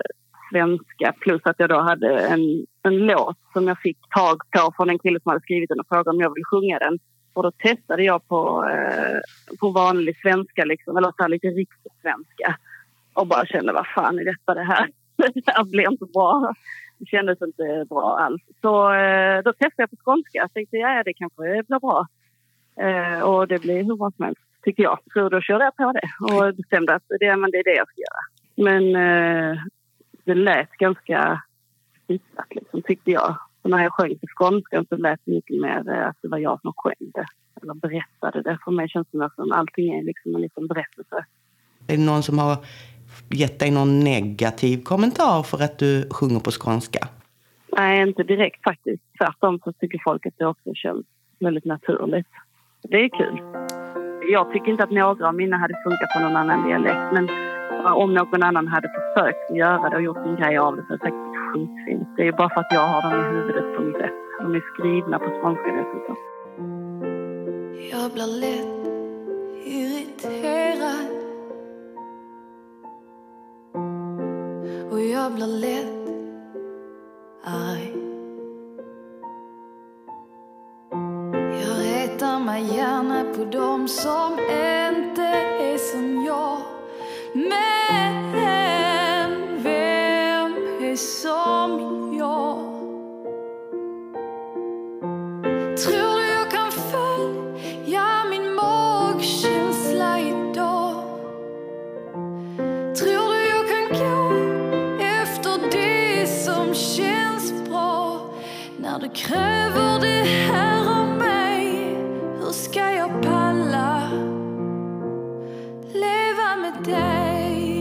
svenska. Plus att jag då hade en låt som jag fick tag på från en kille som hade skrivit den och frågade om jag ville sjunga den. Och då testade jag på vanlig svenska liksom, eller så här lite riktigt svenska. Och bara kände, vad fan är detta det här? Det här blir inte bra. Det kändes inte bra alls. Så då testade jag på skånska. Jag tänkte, ja det kanske blir bra. Och det blir hur bra som helst, tycker jag. Så då körde jag på det och bestämde att det är det jag ska göra. Men det lät ganska spisat liksom, tyckte jag. Så när jag sjöng på skånska så lät det mycket mer att det var jag som sjöng det. Eller berättade det. För mig känns det som allting är liksom en liten berättelse. Är det någon som har gett dig någon negativ kommentar för att du sjunger på skånska? Nej, inte direkt faktiskt. Tvärtom så tycker folk att det också känns väldigt naturligt. Det är kul. Jag tycker inte att några av mina hade funkat på någon annan dialekt. Men om någon annan hade försökt göra det och gjort en grej av det så är det säkert skitfint. Det är bara för att jag har dem i huvudet på mitt sätt. De är skrivna på skånska dessutom. Jag blir lätt irriterad och jag blir lätt arg. Jag retar mig gärna på dem som inte är som jag. Men vem är som jag? Tror du jag kan följa min magkänsla idag? Tror du jag kan gå efter det som känns bra? När du kräver det här av mig, hur ska jag palla leva med dig?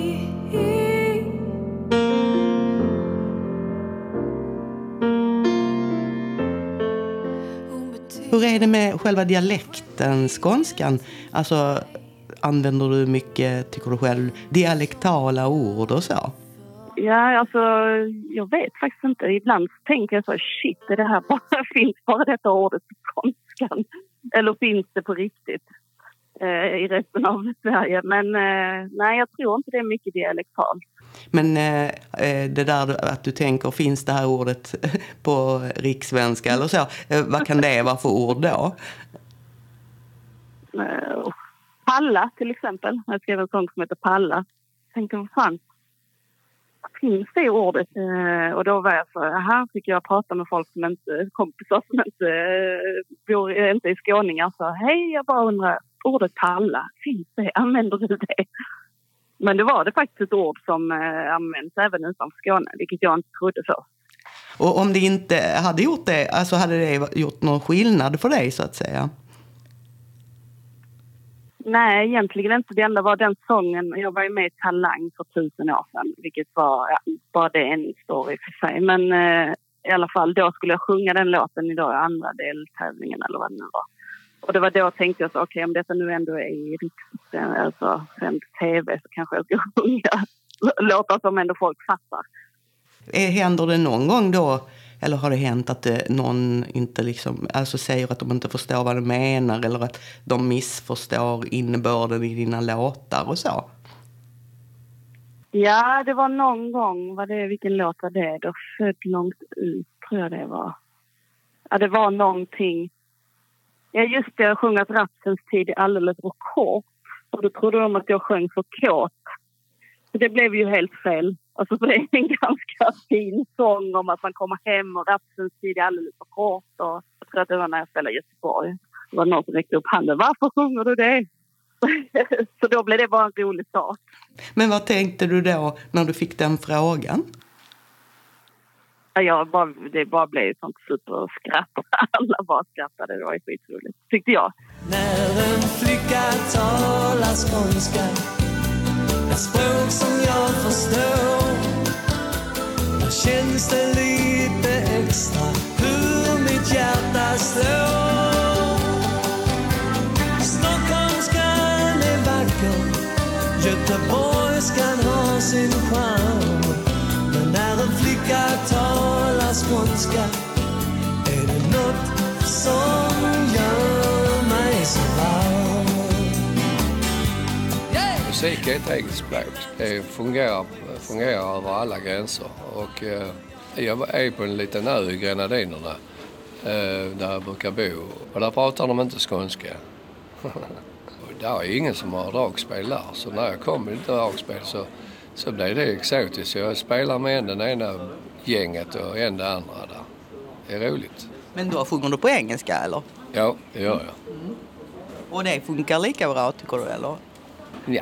Hur är det med själva dialekten, skånskan? Alltså, använder du mycket, tycker du själv, dialektala ord och så? Ja, alltså, jag vet faktiskt inte. Ibland tänker jag så, shit, är det här bara, finns bara detta ordet på skånskan? Eller finns det på riktigt i resten av Sverige? Men nej, jag tror inte det är mycket dialektalt. Men det där att du tänker, finns det här ordet på rikssvenska eller så? Vad kan det vara för ord då? Palla till exempel. Jag skrev en sång som heter Palla. Jag tänkte, vad fan, finns det ordet? Och då var jag så, här fick jag prata med folk som inte, kompisar som inte är skåningar. Så hej, jag bara undrar, ordet palla, finns det? Använder du det? Men det var det faktiskt ett ord som används även utanför Skåne, vilket jag inte trodde för. Och om det inte hade gjort det, alltså hade det gjort någon skillnad för dig så att säga? Nej, egentligen inte. Det enda var den sången. Jag var ju med i Talang för 1000 år sedan, vilket var bara det en story för sig. Men i alla fall, då skulle jag sjunga den låten i andra deltävlingen eller vad det nu var. Och det var då jag tänkte jag så, okej, om detta nu ändå är i riksdagen, alltså sänd tv, så kanske jag ska sjunga låtar som ändå folk fattar. Händer det någon gång då, eller har det hänt att någon inte liksom, alltså säger att de inte förstår vad du menar eller att de missförstår innebörden i dina låtar och så? Ja, det var någon gång, vilken låt var det? Då Född långt ut, tror jag det var. Ja, det var någonting. Ja, just det, jag sjöng att rapsens tid är alldeles för kort. Och då trodde de att jag sjöng för kåt. Så det blev ju helt fel. Alltså, för det är en ganska fin sång om att man kommer hem och rapsens tid är alldeles för kort. Och jag tror att det var när jag spelade i Göteborg. Det var någon som räckte upp handen. Varför sjunger du det? Så då blev det bara en rolig sak. Men vad tänkte du då när du fick den frågan? Det bara blev sånt superskratt. Alla bara skrattade, det var ju skitroligt, tyckte jag. När en flicka talar skånska, ett språk som jag förstår, då känns det lite extra hur mitt hjärta slår. Stockholmskan är vacker, Göteborgskan har sin charm. Men när en flicka talar skånska är det något som gör mig så varm. musik är ett eget språk. Det fungerar över alla gränser. Och jag är på en liten ö i Grenadinerna där jag brukar bo. Och där pratar de inte skånska. Och där är ingen som har dragspel där. Så när jag kom i dragspel så blev det exotiskt. Jag spelar med den ena gänget och en det andra där. Det är roligt. Men då sjunger du på engelska eller? Ja, det gör jag. Och det funkar lika bra tycker du eller? Ja,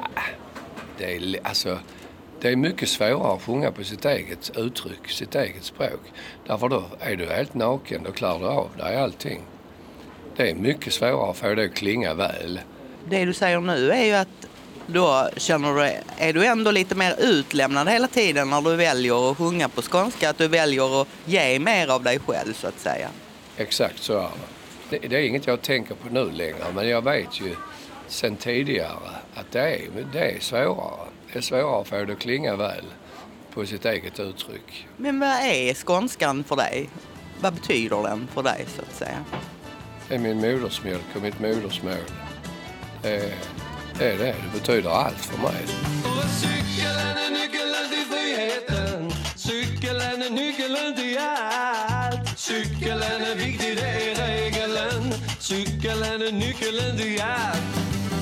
det är mycket svårare att sjunga på sitt eget uttryck, sitt eget språk. Därför då är du helt naken, då klarar du av dig allting. Det är mycket svårare att få det att klinga väl. Det du säger nu är ju att då är du ändå lite mer utlämnad hela tiden när du väljer att sjunga på skånska, att du väljer att ge mer av dig själv så att säga. Exakt så är det. Det är inget jag tänker på nu längre, men jag vet ju sen tidigare att det är svårare. Det är svårare att få det att klinga väl på sitt eget uttryck. Men vad är skånskan för dig? Vad betyder den för dig så att säga? Det är min modersmjölk och mitt modersmål. Det betyder allt för mig. Och cykeln är nyckeln till friheten. Cykeln är nyckeln till allt. Cykeln är viktig, det är regeln. Cykeln är nyckeln till allt.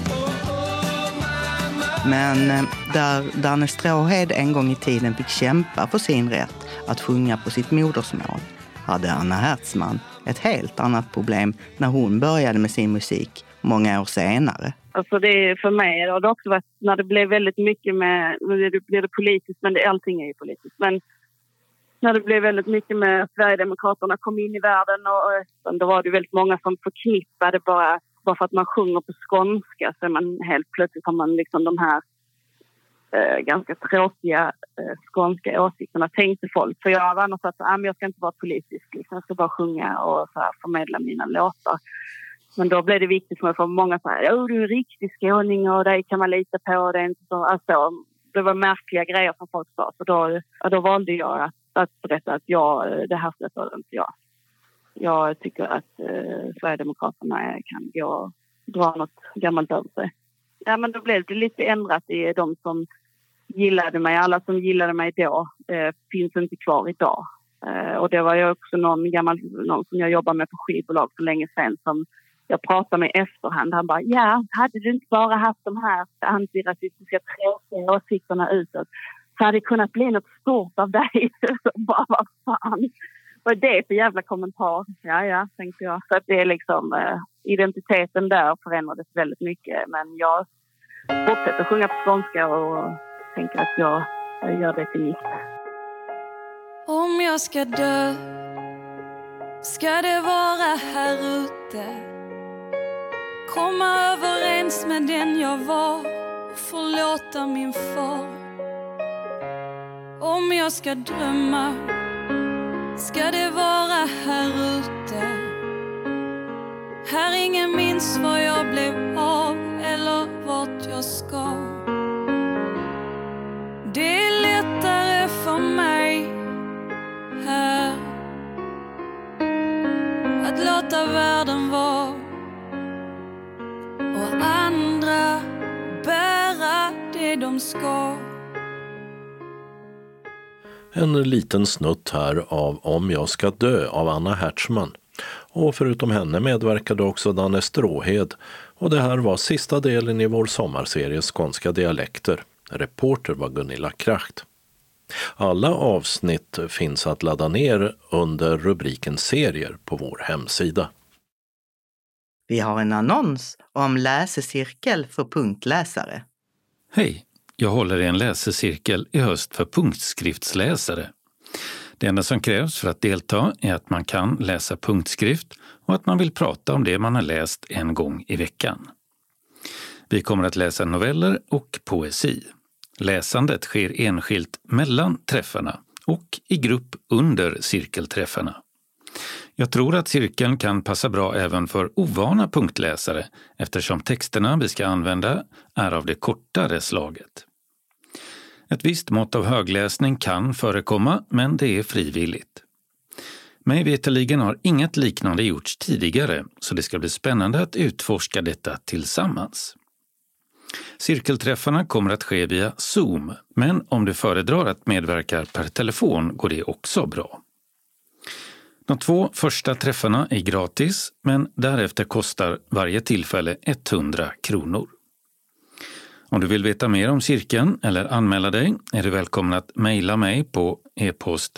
Men där Danne Stråhed en gång i tiden fick kämpa för sin rätt att sjunga på sitt modersmål hade Anna Hertzman ett helt annat problem när hon började med sin musik många år senare. Alltså det för mig har det också varit när det blev väldigt mycket med, nu blir det politiskt, men allting är ju politiskt, men när det blev väldigt mycket med Sverigedemokraterna kom in i världen och då var det väldigt många som förknippade bara för att man sjunger på skånska så är man helt plötsligt har man liksom de här ganska tråkiga skånska åsikterna tänkte folk. För jag var annars att jag ska inte vara politisk, liksom. Jag ska bara sjunga och så här, förmedla mina låtar. Men då blev det viktigt för mig för många så här, du är en riktig skåning och dig kan man lita på. Det är inte så, alltså, det var märkliga grejer som folk sa. Så då valde jag att berätta att det här stöter inte jag. Jag tycker att Sverigedemokraterna kan dra något gammalt över sig. Ja, men då blev det lite ändrat i de som gillade mig. Alla som gillade mig då finns inte kvar idag. Och det var ju också någon som jag jobbar med på skivbolag för länge sedan som jag pratade med i efterhand. Han bara, hade du inte bara haft de här antirasistiska tråkiga åsikterna utåt så hade det kunnat bli något stort av dig. Bara, vad fan. Vad är det för jävla kommentar? Ja, tänkte jag. Så att det är liksom identiteten där förändrades väldigt mycket. Men jag fortsätter sjunga på skånska och tänker att jag gör det till mitt. Om jag ska dö ska det vara här ute. Komma överens med den jag var och förlåta min far. Om jag ska drömma ska det vara här ute. Här ingen minns var jag blev av eller vart jag ska. Det är lättare för mig här att låta världen vara och andra bära det de ska. En liten snutt här av Om jag ska dö av Anna Hertzman. Och förutom henne medverkade också Danne Stråhed. Och det här var sista delen i vår sommarserie Skånska dialekter. Reporter var Gunilla Kracht. Alla avsnitt finns att ladda ner under rubriken serier på vår hemsida. Vi har en annons om läsecirkel för punktläsare. Hej! Jag håller i en läsecirkel i höst för punktskriftsläsare. Det enda som krävs för att delta är att man kan läsa punktskrift och att man vill prata om det man har läst en gång i veckan. Vi kommer att läsa noveller och poesi. Läsandet sker enskilt mellan träffarna och i grupp under cirkelträffarna. Jag tror att cirkeln kan passa bra även för ovana punktläsare eftersom texterna vi ska använda är av det kortare slaget. Ett visst mått av högläsning kan förekomma, men det är frivilligt. Mig veterligen har inget liknande gjorts tidigare, så det ska bli spännande att utforska detta tillsammans. Cirkelträffarna kommer att ske via Zoom, men om du föredrar att medverka per telefon går det också bra. De 2 första träffarna är gratis, men därefter kostar varje tillfälle 100 kronor. Om du vill veta mer om cirkeln eller anmäla dig är du välkommen att mejla mig på e-post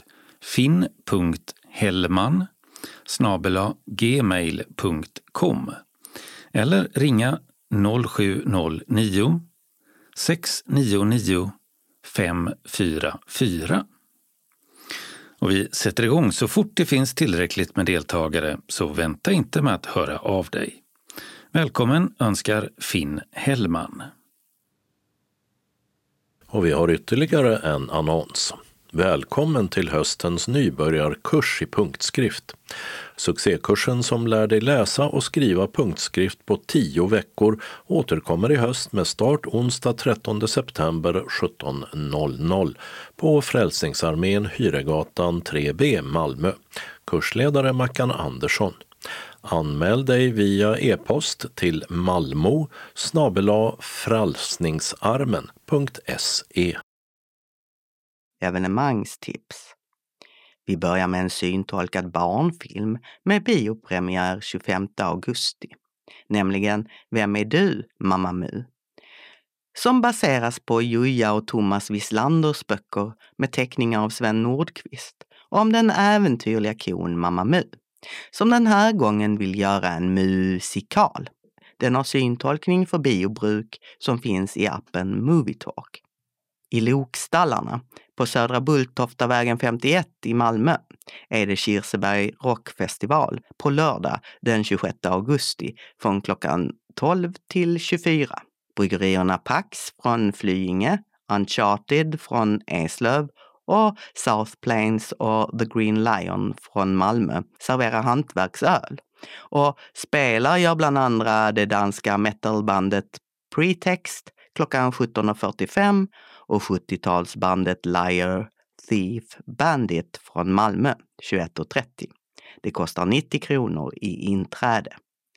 finn.hellman@gmail.com eller ringa 0709 699 544. Och vi sätter igång så fort det finns tillräckligt med deltagare, så vänta inte med att höra av dig. Välkommen önskar Finn Hellman. Och vi har ytterligare en annons. Välkommen till höstens nybörjarkurs i punktskrift. Succékursen som lär dig läsa och skriva punktskrift på 10 veckor återkommer i höst med start onsdag 13 september 17.00 på Frälsningsarmén Hyregatan 3B Malmö. Kursledare Mackan Andersson. Anmäl dig via e-post till malmo@frälsningsarmen.se. Evenemangstips. Vi börjar med en syntolkad barnfilm med biopremiär 25 augusti. Nämligen Vem är du, Mamma Mu? Som baseras på Juja och Thomas Wislanders böcker med teckningar av Sven Nordqvist om den äventyrliga kon Mamma Mu, som den här gången vill göra en musikal. Den har syntolkning för biobruk som finns i appen Movietalk. I Lokstallarna på Södra Bulltoftavägen 51 i Malmö är det Kirseberg rockfestival på lördag den 26 augusti från klockan 12 till 24. Bryggerierna Pax från Flyinge, Uncharted från Eslöv och South Plains och The Green Lion från Malmö serverar hantverksöl. Och spelar gör bland andra det danska metalbandet Pretext klockan 17.45 och 70-talsbandet Liar, Thief, Bandit från Malmö 21.30. Det kostar 90 kronor i inträde.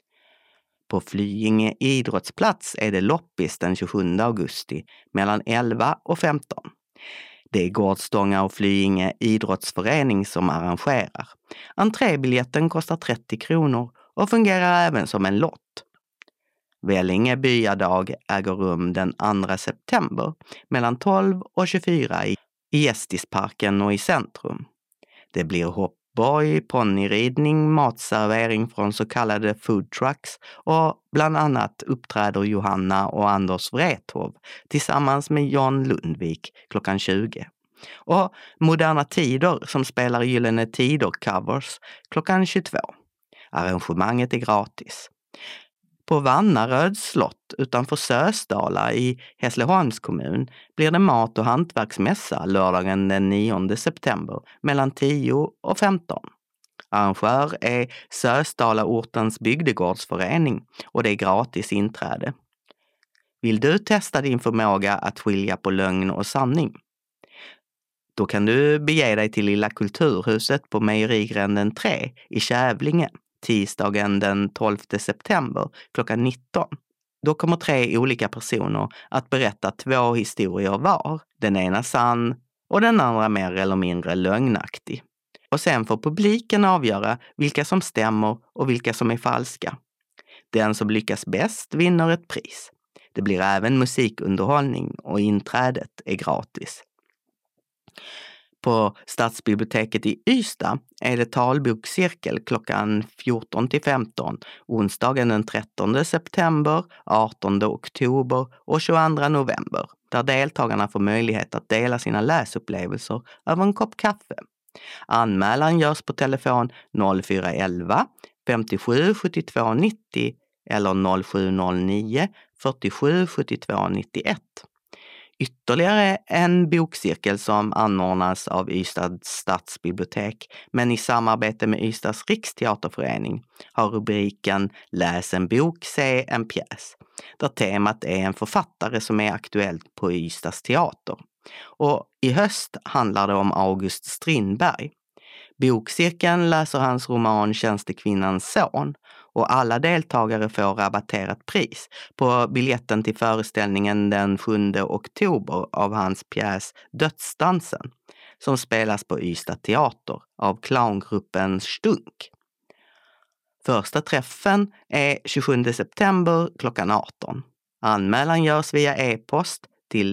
På Flyinge idrottsplats är det loppis den 27 augusti mellan 11 och 15. Det är Gårdstånga och Flyinge idrottsförening som arrangerar. Entrébiljetten kostar 30 kronor och fungerar även som en lott. Vellinge byadag äger rum den 2 september mellan 12 och 24 i Gästisparken och i centrum. Det blir hoppborg, ponnyridning, matservering från så kallade food trucks och bland annat uppträder Johanna och Anders Wrethov tillsammans med John Lundvik klockan 20. Och Moderna Tider som spelar Gyllene Tider-covers klockan 22. Arrangemanget är gratis. På Vannaröds slott utanför Sösdala i Hässleholms kommun blir det mat- och hantverksmässa lördagen den 9 september mellan 10 och 15. Arrangör är Sösdala ortens bygdegårdsförening och det är gratis inträde. Vill du testa din förmåga att skilja på lögn och sanning? Då kan du bege dig till Lilla Kulturhuset på Mejerigränden 3 i Kävlinge tisdagen den 12 september klockan 19. Då kommer 3 olika personer att berätta 2 historier var. Den ena sann och den andra mer eller mindre lögnaktig. Och sen får publiken avgöra vilka som stämmer och vilka som är falska. Den som lyckas bäst vinner ett pris. Det blir även musikunderhållning och inträdet är gratis. På Stadsbiblioteket i Ystad är det talbokscirkel klockan 14 till 15, onsdagen den 13 september, 18 oktober och 22 november, där deltagarna får möjlighet att dela sina läsupplevelser över en kopp kaffe. Anmälan görs på telefon 0411 57 72 90 eller 0709 47 72 91. Ytterligare en bokcirkel som anordnas av Ystads stadsbibliotek men i samarbete med Ystads riksteaterförening har rubriken Läs en bok, se en pjäs, där temat är en författare som är aktuellt på Ystads teater. Och i höst handlar det om August Strindberg. Bokcirkeln läser hans roman Tjänstekvinnans son och alla deltagare får rabatterat pris på biljetten till föreställningen den 7 oktober av hans pjäs Dödsdansen som spelas på Ystad teater av clowngruppen Stunk. Första träffen är 27 september klockan 18. Anmälan görs via e-post till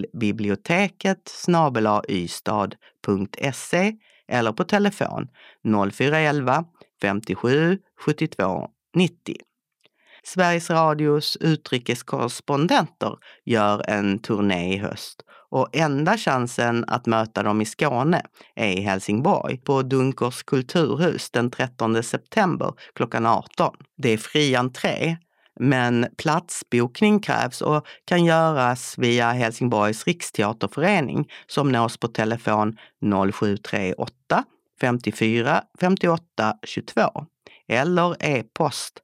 biblioteket@ystad.se eller på telefon 0411 57 72 90. Sveriges Radios utrikeskorrespondenter gör en turné i höst och enda chansen att möta dem i Skåne är i Helsingborg på Dunkers kulturhus den 13 september klockan 18. Det är fri entré, men platsbokning krävs och kan göras via Helsingborgs riksteaterförening som nås på telefon 0738 54 58 22 eller e-post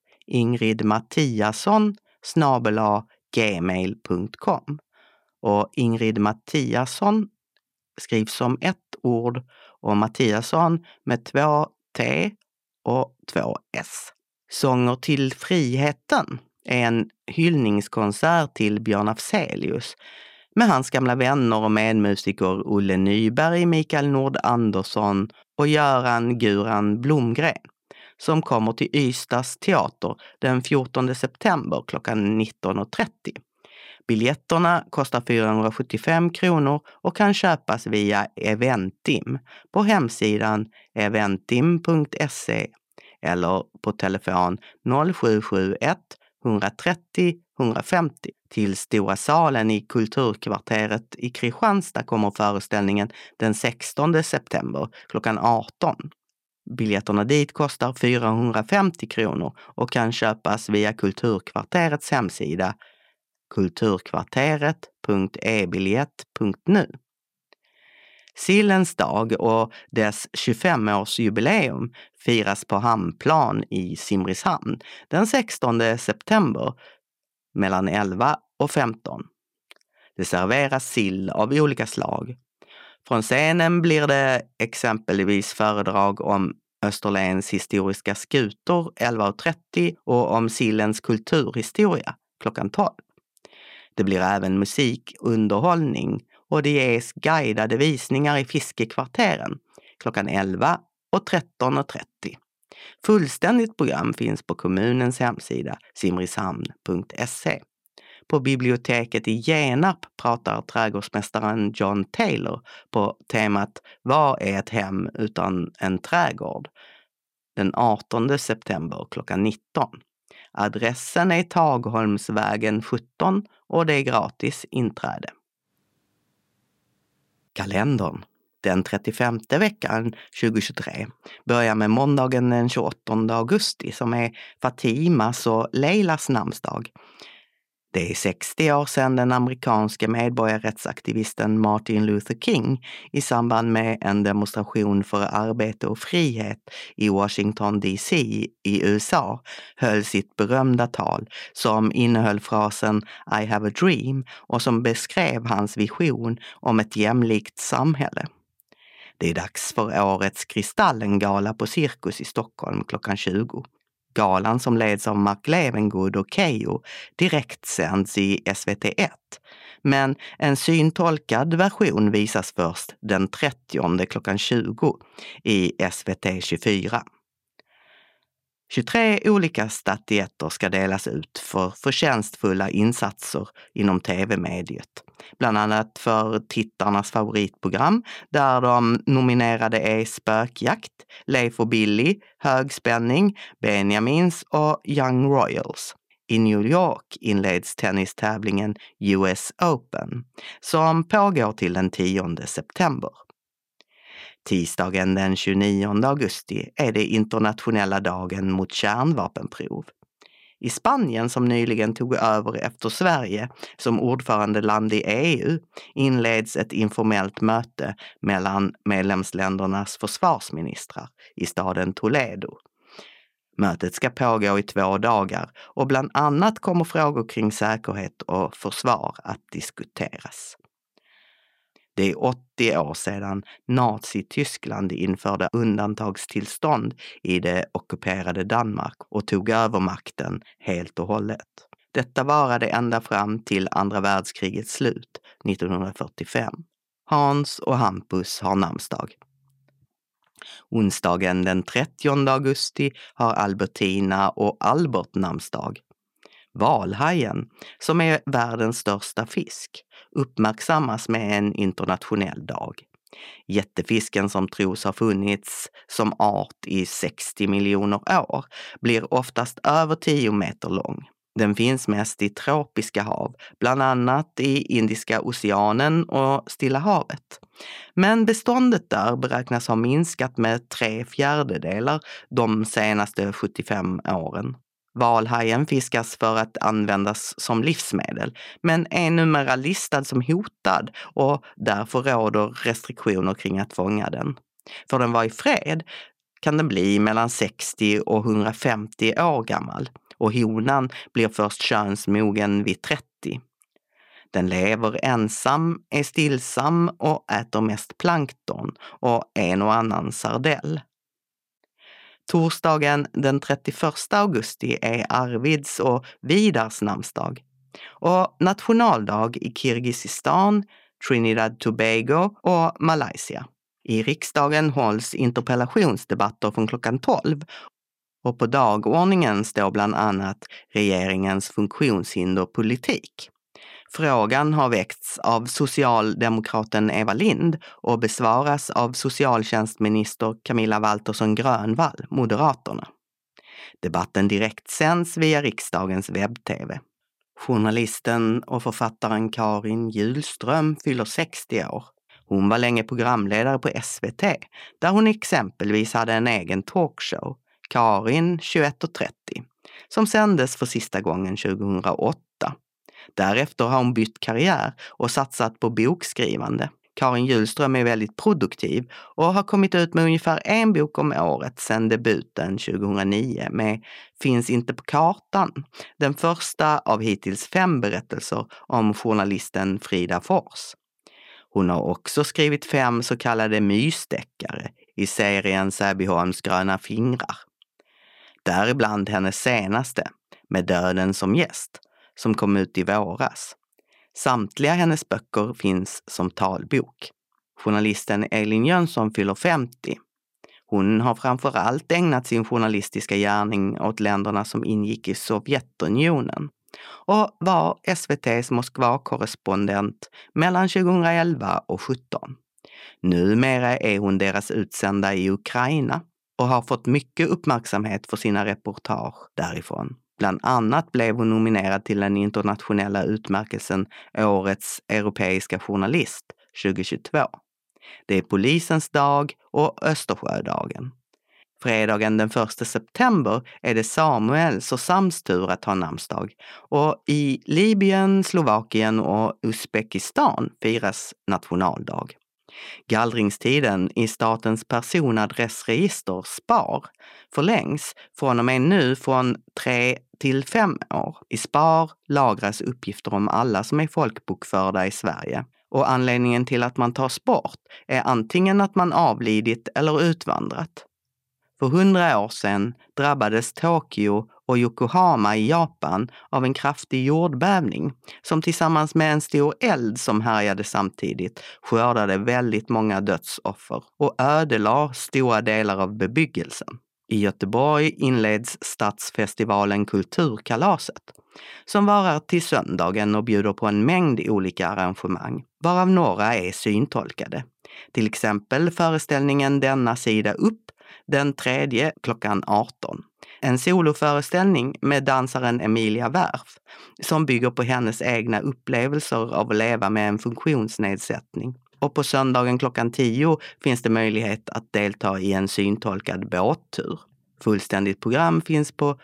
ingridmattiasson@gmail.com. Och Ingrid Mattiasson skrivs som ett ord och Mattiasson med 2 T och 2 S. Sånger till friheten är en hyllningskonsert till Björn Afzelius med hans gamla vänner och medmusiker Olle Nyberg, Mikael Nord Andersson och Göran Guran Blomgren som kommer till Ystads teater den 14 september klockan 19.30. Biljetterna kostar 475 kronor och kan köpas via Eventim på hemsidan eventim.se eller på telefon 0771 130 150. Till Stora salen i Kulturkvarteret i Kristianstad kommer föreställningen den 16 september klockan 18. Biljetterna dit kostar 450 kronor och kan köpas via Kulturkvarterets hemsida kulturkvarteret.ebiljett.nu. Sillens dag och dess 25-årsjubileum firas på Hamnplan i Simrishamn den 16 september mellan 11 och 15. Det serveras sill av olika slag. Från scenen blir det exempelvis föredrag om Österlens historiska skutor 11.30 och om sillens kulturhistoria klockan 12. Det blir även musik, underhållning och det ges guidade visningar i fiskekvarteren klockan 11 och 13.30. Fullständigt program finns på kommunens hemsida simrishamn.se. På biblioteket i Genarp pratar trädgårdsmästaren John Taylor på temat Vad är ett hem utan en trädgård? Den 18 september klockan 19. Adressen är Tagholmsvägen 17 och det är gratis inträde. Kalendern. Den 35 veckan 2023 börjar med måndagen den 28 augusti som är Fatimas och Leilas namnsdag. Det är 60 år sedan den amerikanske medborgarrättsaktivisten Martin Luther King i samband med en demonstration för arbete och frihet i Washington DC i USA höll sitt berömda tal som innehöll frasen I have a dream och som beskrev hans vision om ett jämlikt samhälle. Det är dags för årets Kristallengala på Cirkus i Stockholm klockan 20. Galan som leds av Mark Levengood och Keyyo direkt sänds i SVT1. Men en syntolkad version visas först den 30 klockan 20 i SVT 24. 23 olika statyetter ska delas ut för förtjänstfulla insatser inom tv-mediet. Bland annat för tittarnas favoritprogram där de nominerade är Spökjakt, Leif och Billy, Högspänning, Benjamins och Young Royals. I New York inleds tennistävlingen US Open som pågår till den 10 september. Tisdagen den 29 augusti är det internationella dagen mot kärnvapenprov. I Spanien som nyligen tog över efter Sverige som ordförandeland i EU inleds ett informellt möte mellan medlemsländernas försvarsministrar i staden Toledo. Mötet ska pågå i 2 dagar och bland annat kommer frågor kring säkerhet och försvar att diskuteras. Det är 80 år sedan Nazi-Tyskland införde undantagstillstånd i det ockuperade Danmark och tog över makten helt och hållet. Detta varade ända fram till andra världskrigets slut 1945. Hans och Hampus har namnsdag. Onsdagen den 30 augusti har Albertina och Albert namnsdag. Valhajen, som är världens största fisk, uppmärksammas med en internationell dag. Jättefisken som tros ha funnits som art i 60 miljoner år blir oftast över 10 meter lång. Den finns mest i tropiska hav, bland annat i Indiska oceanen och Stilla havet. Men beståndet där beräknas ha minskat med 3/4 de senaste 75 åren. Valhajen fiskas för att användas som livsmedel, men är numera listad som hotad och därför råder restriktioner kring att fånga den. För den var i fred kan den bli mellan 60 och 150 år gammal och honan blir först könsmogen vid 30. Den lever ensam, är stillsam och äter mest plankton och en och annan sardell. Torsdagen den 31 augusti är Arvids och Vidars namnsdag och nationaldag i Kirgizistan, Trinidad Tobago och Malaysia. I riksdagen hålls interpellationsdebatter från klockan 12 och på dagordningen står bland annat regeringens funktionshinderpolitik. Frågan har väckts av socialdemokraten Eva Lind och besvaras av socialtjänstminister Camilla Waltersson Grönvall, Moderaterna. Debatten direkt sänds via riksdagens webb-tv. Journalisten och författaren Karin Hjulström fyller 60 år. Hon var länge programledare på SVT, där hon exempelvis hade en egen talkshow, Karin 21.30, som sändes för sista gången 2008. Därefter har hon bytt karriär och satsat på bokskrivande. Karin Hjulström är väldigt produktiv och har kommit ut med ungefär 1 bok om året sedan debuten 2009 med Finns inte på kartan, den första av hittills 5 berättelser om journalisten Frida Fors. Hon har också skrivit 5 så kallade mysdeckare i serien Säbyholms gröna fingrar. Däribland hennes senaste, Med döden som gäst, som kom ut i våras. Samtliga hennes böcker finns som talbok. Journalisten Elin Jönsson fyller 50. Hon har framförallt ägnat sin journalistiska gärning åt länderna som ingick i Sovjetunionen och var SVT:s Moskva-korrespondent mellan 2011 och 2017. Numera är hon deras utsända i Ukraina och har fått mycket uppmärksamhet för sina reportage därifrån. Bland annat blev hon nominerad till den internationella utmärkelsen Årets europeiska journalist 2022. Det är Polisens dag och Östersjödagen. Fredagen den 1 september är det Samuels och Sams tur att ha namnsdag och i Libyen, Slovakien och Uzbekistan firas nationaldag. Gallringstiden i statens personadressregister SPAR förlängs från och med nu från 3 till 5 år. I SPAR lagras uppgifter om alla som är folkbokförda i Sverige. Och anledningen till att man tas bort är antingen att man avlidit eller utvandrat. För 100 år sedan drabbades Tokyo och Yokohama i Japan av en kraftig jordbävning som tillsammans med en stor eld som härjade samtidigt skördade väldigt många dödsoffer och ödelade stora delar av bebyggelsen. I Göteborg inleds stadsfestivalen Kulturkalaset som varar till söndagen och bjuder på en mängd olika arrangemang, varav några är syntolkade. Till exempel föreställningen Denna sida upp den 3 klockan 18. En soloföreställning med dansaren Emilia Wärf som bygger på hennes egna upplevelser av att leva med en funktionsnedsättning. Och på söndagen klockan 10 finns det möjlighet att delta i en syntolkad båttur. Fullständigt program finns på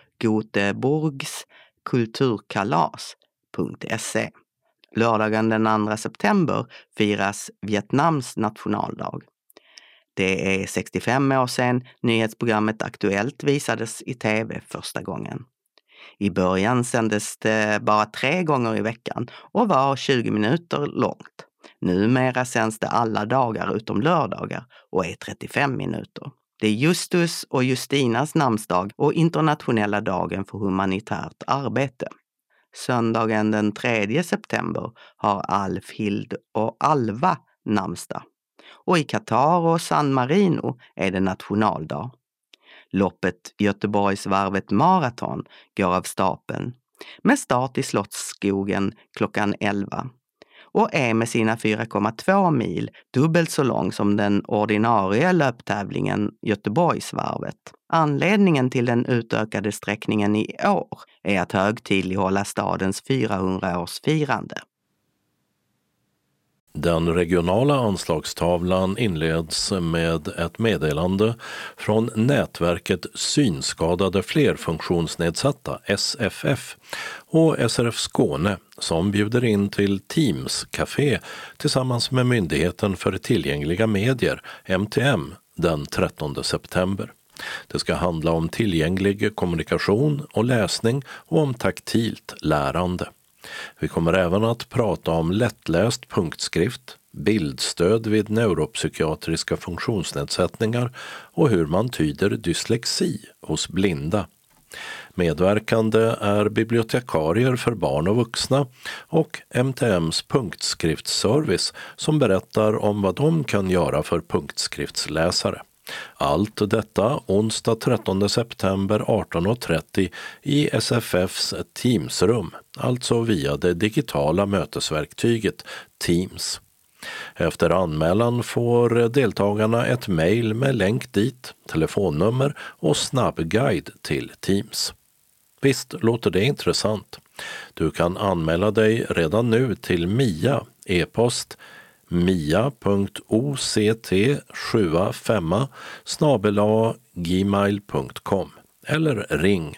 goteborgskulturkalas.se. Lördagen den 2 september firas Vietnams nationaldag. Det är 65 år sedan nyhetsprogrammet Aktuellt visades i tv första gången. I början sändes det bara 3 gånger i veckan och var 20 minuter långt. Numera sänds det alla dagar utom lördagar och är 35 minuter. Det är Justus och Justinas namnsdag och internationella dagen för humanitärt arbete. Söndagen den 3 september har Alfhild och Alva namnsdag. Och i Qatar och San Marino är det nationaldag. Loppet Göteborgsvarvet Marathon går av stapeln med start i Slottsskogen klockan 11 och är med sina 4,2 mil dubbelt så lång som den ordinarie löptävlingen Göteborgsvarvet. Anledningen till den utökade sträckningen i år är att högtidlighålla stadens 400-årsfirande. Den regionala anslagstavlan inleds med ett meddelande från nätverket Synskadade flerfunktionsnedsatta, SFF, och SRF Skåne som bjuder in till Teams Café tillsammans med Myndigheten för tillgängliga medier, MTM, den 13 september. Det ska handla om tillgänglig kommunikation och läsning och om taktilt lärande. Vi kommer även att prata om lättläst punktskrift, bildstöd vid neuropsykiatriska funktionsnedsättningar och hur man tyder dyslexi hos blinda. Medverkande är bibliotekarier för barn och vuxna och MTMs punktskriftsservice som berättar om vad de kan göra för punktskriftsläsare. Allt detta onsdag 13 september 18.30 i SFFs Teamsrum, alltså via det digitala mötesverktyget Teams. Efter anmälan får deltagarna ett mejl med länk dit, telefonnummer och snabbguide till Teams. Visst låter det intressant? Du kan anmäla dig redan nu till Mia, e-post mia.oct75@gmail.com eller ring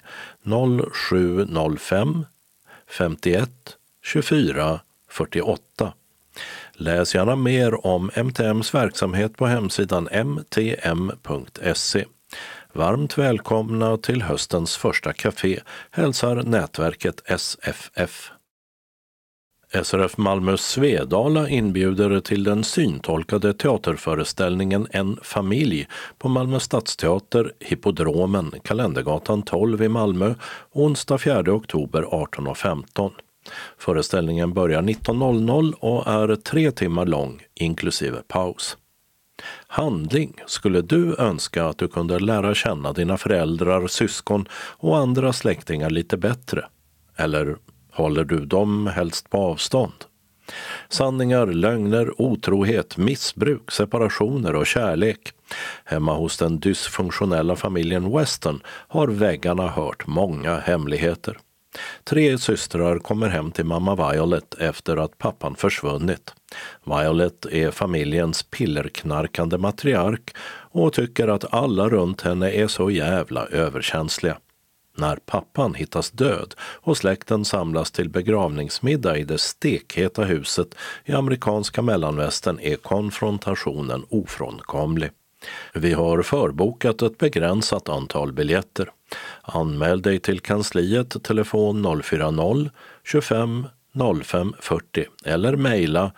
0705 51 24 48. Läs gärna mer om MTMs verksamhet på hemsidan mtm.se. Varmt välkomna till höstens första café, hälsar nätverket SFF. SRF Malmö Svedala inbjuder till den syntolkade teaterföreställningen En familj på Malmö Stadsteater, Hippodromen, Kalendergatan 12 i Malmö, onsdag 4 oktober 18.15. Föreställningen börjar 19.00 och är 3 timmar lång, inklusive paus. Handling: skulle du önska att du kunde lära känna dina föräldrar, syskon och andra släktingar lite bättre? Eller håller du dem helst på avstånd? Sanningar, lögner, otrohet, missbruk, separationer och kärlek. Hemma hos den dysfunktionella familjen Weston har väggarna hört många hemligheter. 3 systrar kommer hem till mamma Violet efter att pappan försvunnit. Violet är familjens pillerknarkande matriark och tycker att alla runt henne är så jävla överkänsliga. När pappan hittas död och släkten samlas till begravningsmiddag i det stekheta huset i amerikanska mellanvästern är konfrontationen ofrånkomlig. Vi har förbokat ett begränsat antal biljetter. Anmäl dig till kansliet, telefon 040 25 05 40 eller mejla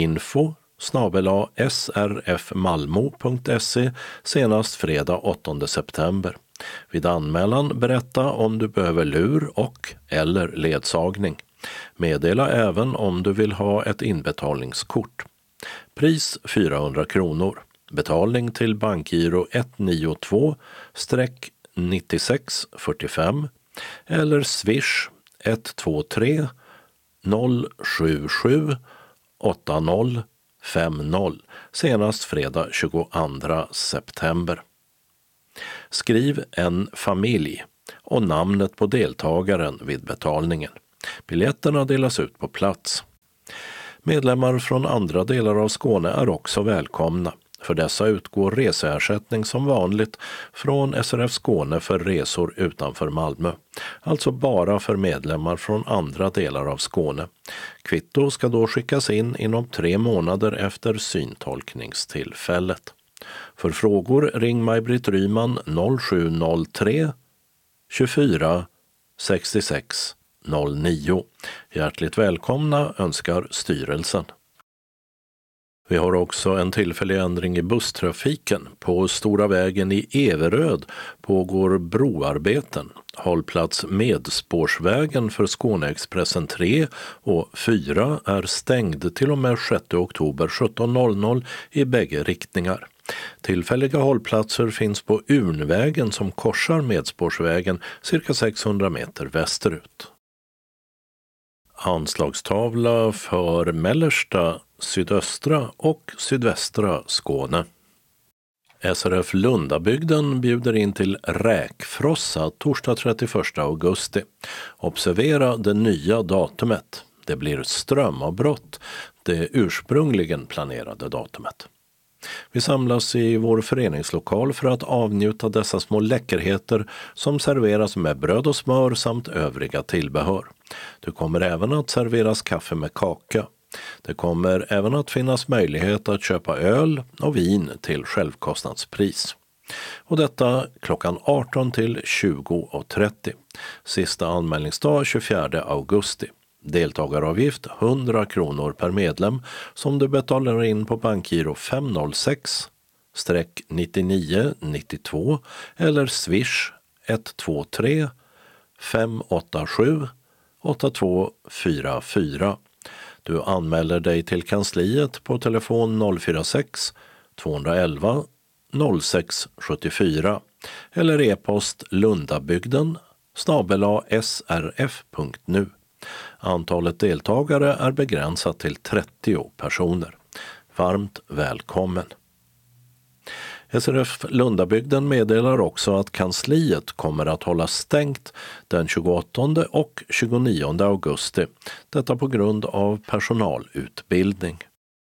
info@srfmalmo.se senast fredag 8 september. Vid anmälan berätta om du behöver lur och eller ledsagning. Meddela även om du vill ha ett inbetalningskort. Pris 400 kronor. Betalning till bankgiro 192-9645 eller Swish 123 077 8050 senast fredag 22 september. Skriv en familj och namnet på deltagaren vid betalningen. Biljetterna delas ut på plats. Medlemmar från andra delar av Skåne är också välkomna. För dessa utgår reseersättning som vanligt från SRF Skåne för resor utanför Malmö. Alltså bara för medlemmar från andra delar av Skåne. Kvitto ska då skickas in inom 3 månader efter syntolkningstillfället. För frågor ring Maj-Britt Ryman 0703 24 66 09. Hjärtligt välkomna önskar styrelsen. Vi har också en tillfällig ändring i busstrafiken. På Stora vägen i Everöd pågår broarbeten. Hållplats Medspårsvägen för Skåneexpressen 3 och 4 är stängd till och med 6 oktober 17.00 i bägge riktningar. Tillfälliga hållplatser finns på Urnvägen som korsar Medspårsvägen cirka 600 meter västerut. Anslagstavla för mellersta, sydöstra och sydvästra Skåne. SRF Lundabygden bjuder in till räkfrossa torsdag 31 augusti. Observera det nya datumet. Det blir strömavbrott, det ursprungligen planerade datumet. Vi samlas i vår föreningslokal för att avnjuta dessa små läckerheter som serveras med bröd och smör samt övriga tillbehör. Det kommer även att serveras kaffe med kaka. Det kommer även att finnas möjlighet att köpa öl och vin till självkostnadspris. Och detta klockan 18 till 20.30. Sista anmälningsdag 24 augusti. Deltagaravgift 100 kronor per medlem som du betalar in på bankgiro 506-9992 eller Swish 123 587 8244. Du anmäler dig till kansliet på telefon 046 211 0674 eller e-post lundabygden @srf.nu. Antalet deltagare är begränsat till 30 personer. Varmt välkommen! SRF Lundabygden meddelar också att kansliet kommer att hålla stängt den 28 och 29 augusti. Detta på grund av personalutbildning.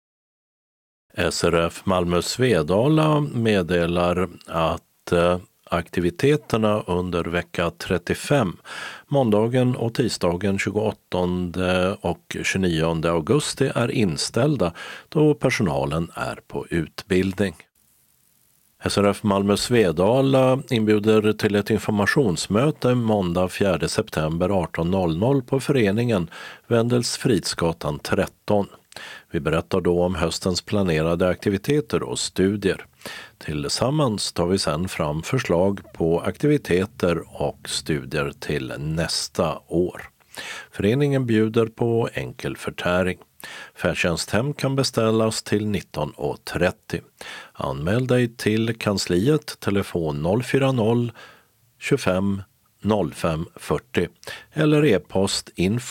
SRF Malmö Svedala meddelar att aktiviteterna under vecka 35, måndagen och tisdagen 28 och 29 augusti är inställda då personalen är på utbildning. SRF Malmö Svedala inbjuder till ett informationsmöte måndag 4 september 18.00 på föreningen Wendels Fridsgatan 13. Vi berättar då om höstens planerade aktiviteter och studier. Tillsammans tar vi sedan fram förslag på aktiviteter och studier till nästa år. Föreningen bjuder på enkel förtäring. Färdtjänsthem kan beställas till 19.30. Anmäl dig till kansliet telefon 040 25 05 40 eller e-post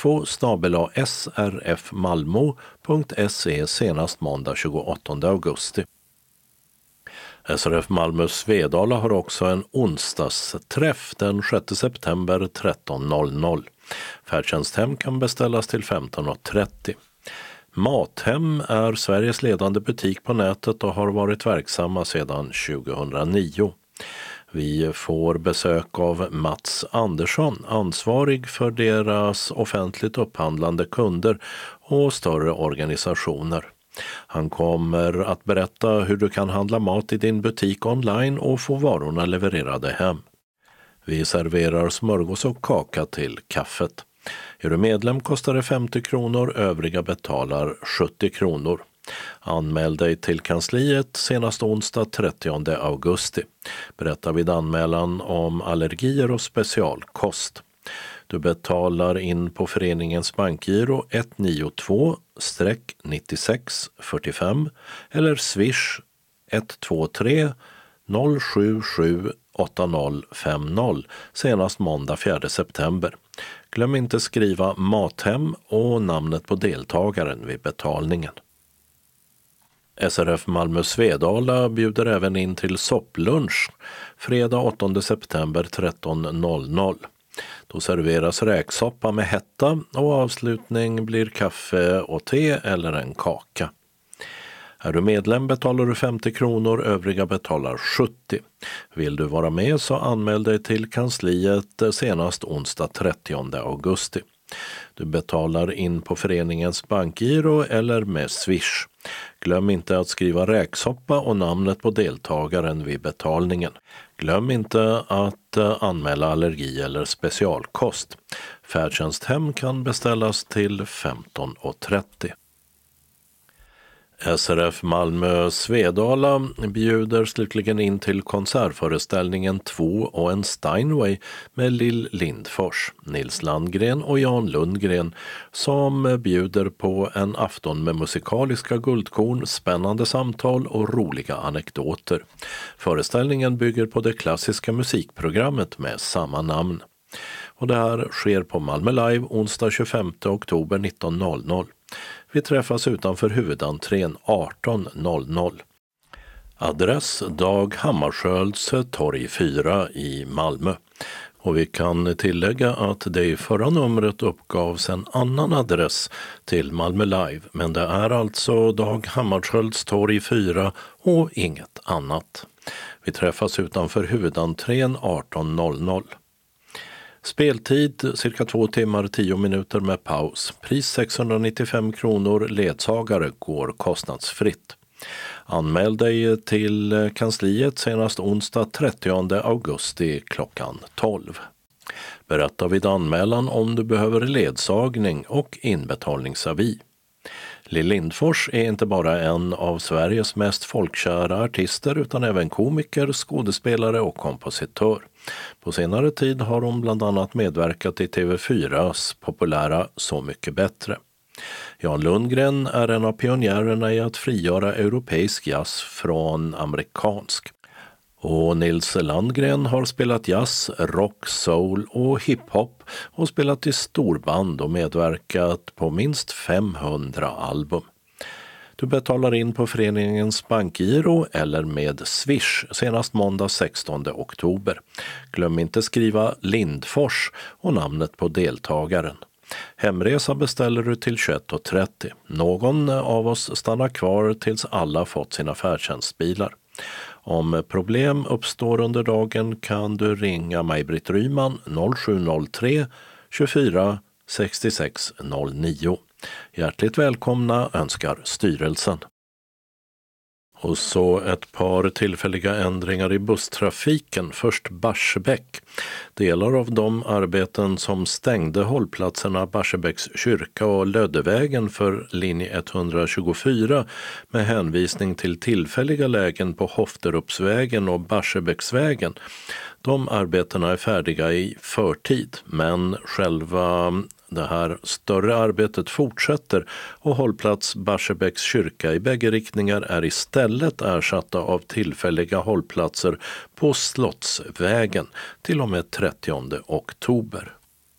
info@srfmalmo.se senast måndag 28 augusti. SRF Malmö Svedala har också en onsdagsträff den 6 september 13.00. Färdtjänsthem kan beställas till 15.30. Mathem är Sveriges ledande butik på nätet och har varit verksamma sedan 2009. Vi får besök av Mats Andersson, ansvarig för deras offentligt upphandlande kunder och större organisationer. Han kommer att berätta hur du kan handla mat i din butik online och få varorna levererade hem. Vi serverar smörgås och kaka till kaffet. Är du medlem kostar det 50 kronor, övriga betalar 70 kronor. Anmäl dig till kansliet senast onsdag 30 augusti. Berätta vid anmälan om allergier och specialkost. Du betalar in på föreningens bankgiro 192-9645 eller Swish 123 077 8050 senast måndag 4 september. Glöm inte skriva Mathem och namnet på deltagaren vid betalningen. SRF Malmö Svedala bjuder även in till sopplunch fredag 8 september 13.00. Då serveras räksoppa med hetta och avslutning blir kaffe och te eller en kaka. Är du medlem betalar du 50 kronor, övriga betalar 70. Vill du vara med så anmäl dig till kansliet senast onsdag 30 augusti. Du betalar in på föreningens bankgiro eller med Swish. Glöm inte att skriva räksoppa och namnet på deltagaren vid betalningen. Glöm inte att anmäla allergi eller specialkost. Färdtjänsthem kan beställas till 15.30. SRF Malmö Svedala bjuder slutligen in till konsertföreställningen 2 och en Steinway med Lill Lindfors, Nils Landgren och Jan Lundgren som bjuder på en afton med musikaliska guldkorn, spännande samtal och roliga anekdoter. Föreställningen bygger på det klassiska musikprogrammet med samma namn. Och det här sker på Malmö Live onsdag 25 oktober 19.00. Vi träffas utanför huvudentrén 18.00. Adress Dag Hammarskjölds torg 4 i Malmö. Och vi kan tillägga att det i förra numret uppgavs en annan adress till Malmö Live. Men det är alltså Dag Hammarskjölds torg 4 och inget annat. Vi träffas utanför huvudentrén 18.00. Speltid cirka 2 timmar 10 minuter med paus. Pris 695 kronor, ledsagare går kostnadsfritt. Anmäl dig till kansliet senast onsdag 30 augusti klockan 12. Berätta vid anmälan om du behöver ledsagning och inbetalningsavi. Lill Lindfors är inte bara en av Sveriges mest folkkära artister utan även komiker, skådespelare och kompositör. På senare tid har hon bland annat medverkat i TV4s populära Så mycket bättre. Jan Lundgren är en av pionjärerna i att frigöra europeisk jazz från amerikansk. Och Nils Landgren har spelat jazz, rock, soul och hiphop och spelat i storband och medverkat på minst 500 album. Du betalar in på föreningens bankgiro eller med Swish senast måndag 16 oktober. Glöm inte skriva Lindfors och namnet på deltagaren. Hemresa beställer du till 21.30. Någon av oss stannar kvar tills alla fått sina färdtjänstbilar. Om problem uppstår under dagen kan du ringa Maj-Britt Ryman 0703 24 66 09. Hjärtligt välkomna önskar styrelsen. Och så ett par tillfälliga ändringar i busstrafiken. Först Barsebäck. Delar av de arbeten som stängde hållplatserna Barsebäcks kyrka och Löddevägen för linje 124 med hänvisning till tillfälliga lägen på Hofterupsvägen och Barsebäcksvägen. De arbetena är färdiga i förtid, men själva det här större arbetet fortsätter och hållplats Barsebäcks kyrka i bägge riktningar är istället ersatta av tillfälliga hållplatser på Slottsvägen till och med 30 oktober.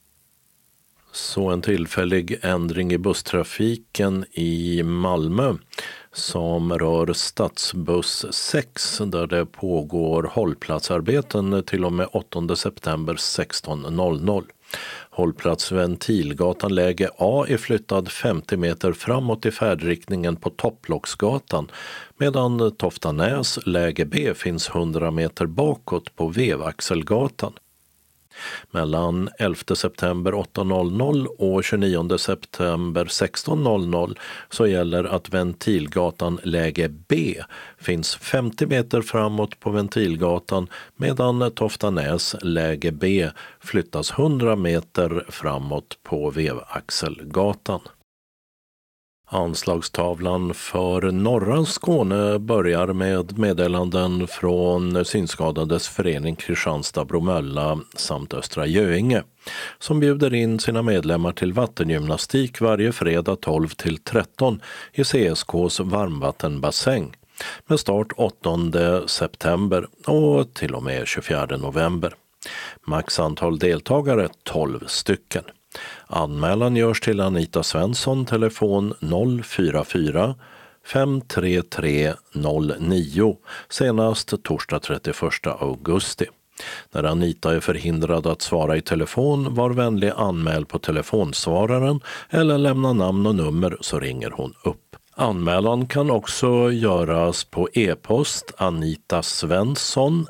Så en tillfällig ändring i busstrafiken i Malmö som rör stadsbuss 6 där det pågår hållplatsarbeten till och med 8 september 16.00. Hållplats Ventilgatan läge A är flyttad 50 meter framåt i färdriktningen på Topplocksgatan medan Toftanäs läge B finns 100 meter bakåt på Vevaxelgatan. Mellan 11 september 8.00 och 29 september 16.00 så gäller att Ventilgatan läge B finns 50 meter framåt på Ventilgatan medan Toftanäs läge B flyttas 100 meter framåt på Vevaxelgatan. Anslagstavlan för norra Skåne börjar med meddelanden från Synskadades förening Kristianstad-Bromölla samt Östra Göinge som bjuder in sina medlemmar till vattengymnastik varje fredag 12-13 i CSKs varmvattenbassäng med start 8 september och till och med 24 november. Max antal deltagare 12 stycken. Anmälan görs till Anita Svensson, telefon 044 533 09, senast torsdag 31 augusti. När Anita är förhindrad att svara i telefon, var vänlig anmäl på telefonsvararen eller lämna namn och nummer så ringer hon upp. Anmälan kan också göras på e-post anitasvensson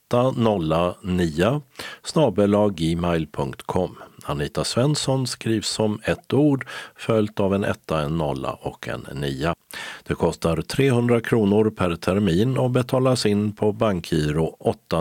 109@gmail.com. Anita Svensson skrivs som ett ord följt av en 1, en 0 och en 9. Det kostar 300 kronor per termin och betalas in på bankgiro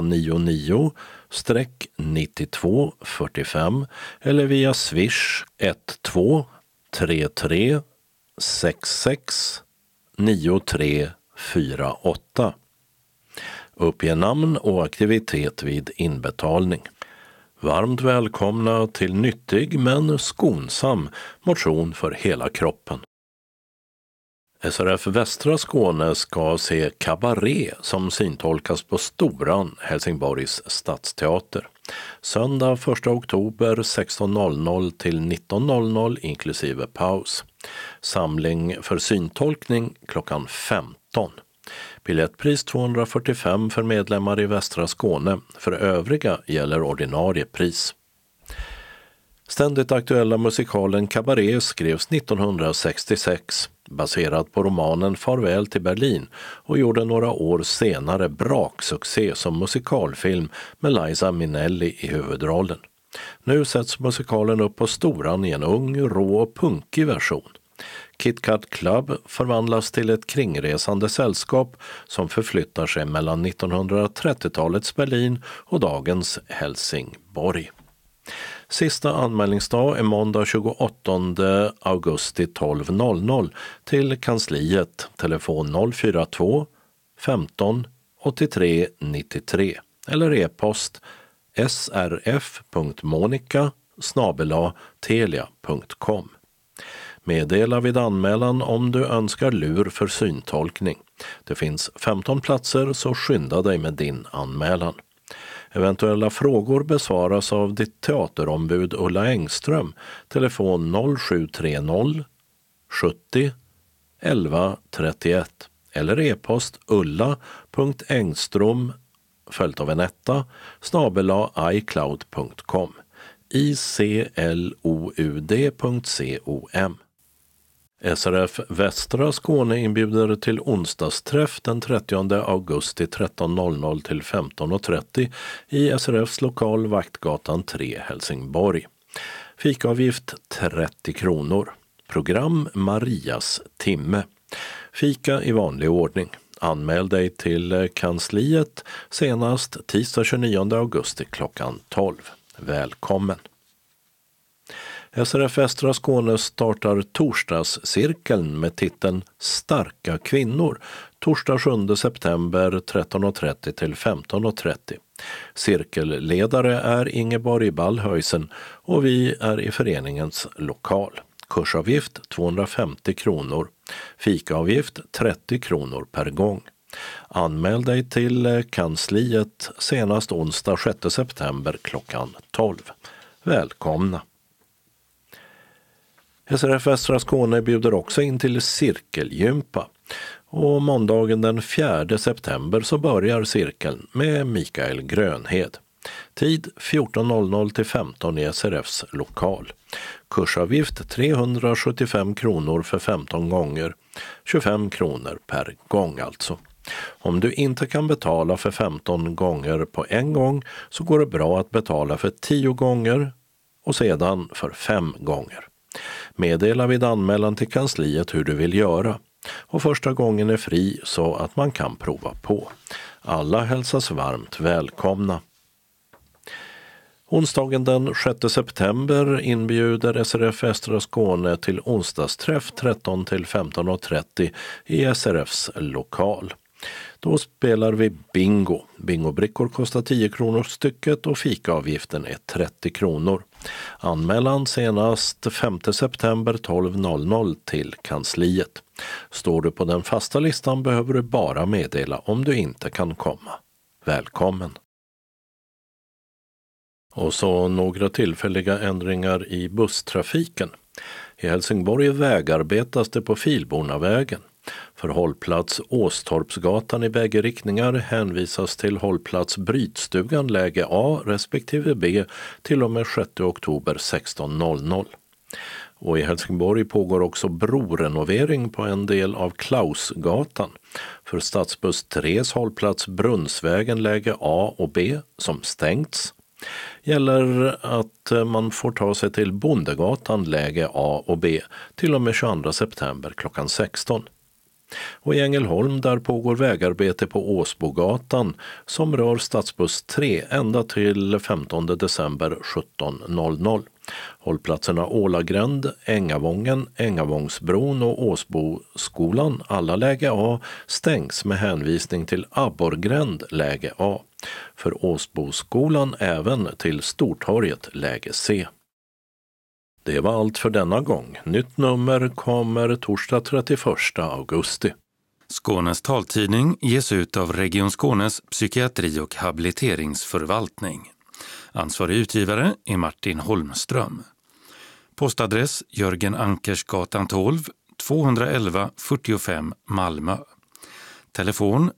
899-9245 eller via Swish 12 33 66 9348. Uppge namn och aktivitet vid inbetalning. Varmt välkomna till nyttig men skonsam motion för hela kroppen. SRF Västra Skåne ska se Kabaré som syntolkas på Storan, Helsingborgs stadsteater. Söndag 1 oktober 16.00 till 19.00 inklusive paus. Samling för syntolkning klockan 15. Biljettpris 245 för medlemmar i Västra Skåne. För övriga gäller ordinarie pris. Ständigt aktuella musikalen Kabaré skrevs 1966, baserad på romanen Farväl till Berlin, och gjorde några år senare braksuccé som musikalfilm med Liza Minnelli i huvudrollen. Nu sätts musikalen upp på Storan i en ung, rå och punkig version. Kit Kat Club förvandlas till ett kringresande sällskap som förflyttar sig mellan 1930-talets Berlin och dagens Helsingborg. Sista anmälningsdag är måndag 28 augusti 12.00 till kansliet, telefon 042 15 83 93 eller e-post srf.monica@telia.com. Meddela vid anmälan om du önskar lur för syntolkning. Det finns 15 platser, så skynda dig med din anmälan. Eventuella frågor besvaras av ditt teaterombud Ulla Engström, telefon 0730 70 11 31 eller e-post ulla.engstrom @icloud.com icloud.com. SRF Västra Skåne inbjuder till onsdagsträff den 30 augusti 13.00 till 15.30 i SRFs lokal Vaktgatan 3 Helsingborg. Fikaavgift 30 kronor. Program Marias timme. Fika i vanlig ordning. Anmäl dig till kansliet senast tisdag 29 augusti klockan 12. Välkommen! SRF Västra Skåne startar torsdagscirkeln med titeln Starka kvinnor, torsdag 7 september 13.30 till 15.30. Cirkelledare är Ingeborg Ballhöjsen och vi är i föreningens lokal. Kursavgift 250 kronor, fikaavgift 30 kronor per gång. Anmäl dig till kansliet senast onsdag 6 september klockan 12. Välkomna! SRF Västra Skåne bjuder också in till cirkelgympa. Och måndagen den 4 september så börjar cirkeln med Mikael Grönhed. Tid 14.00 till 15 i SRFs lokal. Kursavgift 375 kronor för 15 gånger, 25 kronor per gång alltså. Om du inte kan betala för 15 gånger på en gång så går det bra att betala för 10 gånger och sedan för 5 gånger. Meddela vid anmälan till kansliet hur du vill göra. Och första gången är fri så att man kan prova på. Alla hälsas varmt välkomna. Onsdagen den 6 september inbjuder SRF Västra Skåne till onsdagsträff 13 till 15.30 i SRFs lokal. Då spelar vi bingo. Bingobrickor kostar 10 kronor stycket och fikaavgiften är 30 kronor. Anmälan senast 5 september 12.00 till kansliet. Står du på den fasta listan behöver du bara meddela om du inte kan komma. Välkommen! Och så några tillfälliga ändringar i busstrafiken. I Helsingborg vägarbetas det på Filbornavägen. För hållplats Åstorpsgatan i bägge riktningar hänvisas till hållplats Brytstugan läge A respektive B till och med 6 oktober 16.00. Och i Helsingborg pågår också brorenovering på en del av Klausgatan. För stadsbuss 3s hållplats Brunnsvägen läge A och B som stängts. Gäller att man får ta sig till Bondegatan läge A och B till och med 22 september klockan 16. Och i Ängelholm där pågår vägarbete på Åsbogatan som rör stadsbuss 3 ända till 15 december 17.00. Hållplatserna Ålagränd, Ängavången, Ängavångsbron och Åsboskolan, alla läge A, stängs med hänvisning till Abborrgränd läge A. För Åsboskolan även till Stortorget läge C. Det var allt för denna gång. Nytt nummer kommer torsdag 31 augusti. Skånes taltidning ges ut av Region Skånes psykiatri- och habiliteringsförvaltning. Ansvarig utgivare är Martin Holmström. Postadress Jörgen Ankersgatan 12, 211 45 Malmö. Telefon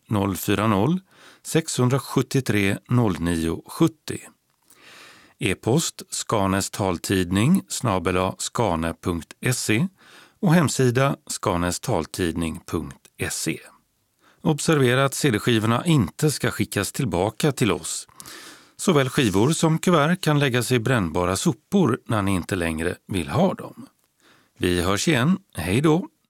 040-673 0970. E-post skanestaltidning @skane.se och hemsida skanestaltidning.se. Observera att CD-skivorna inte ska skickas tillbaka till oss. Såväl skivor som kuvert kan läggas i brännbara sopor när ni inte längre vill ha dem. Vi hörs igen. Hej då!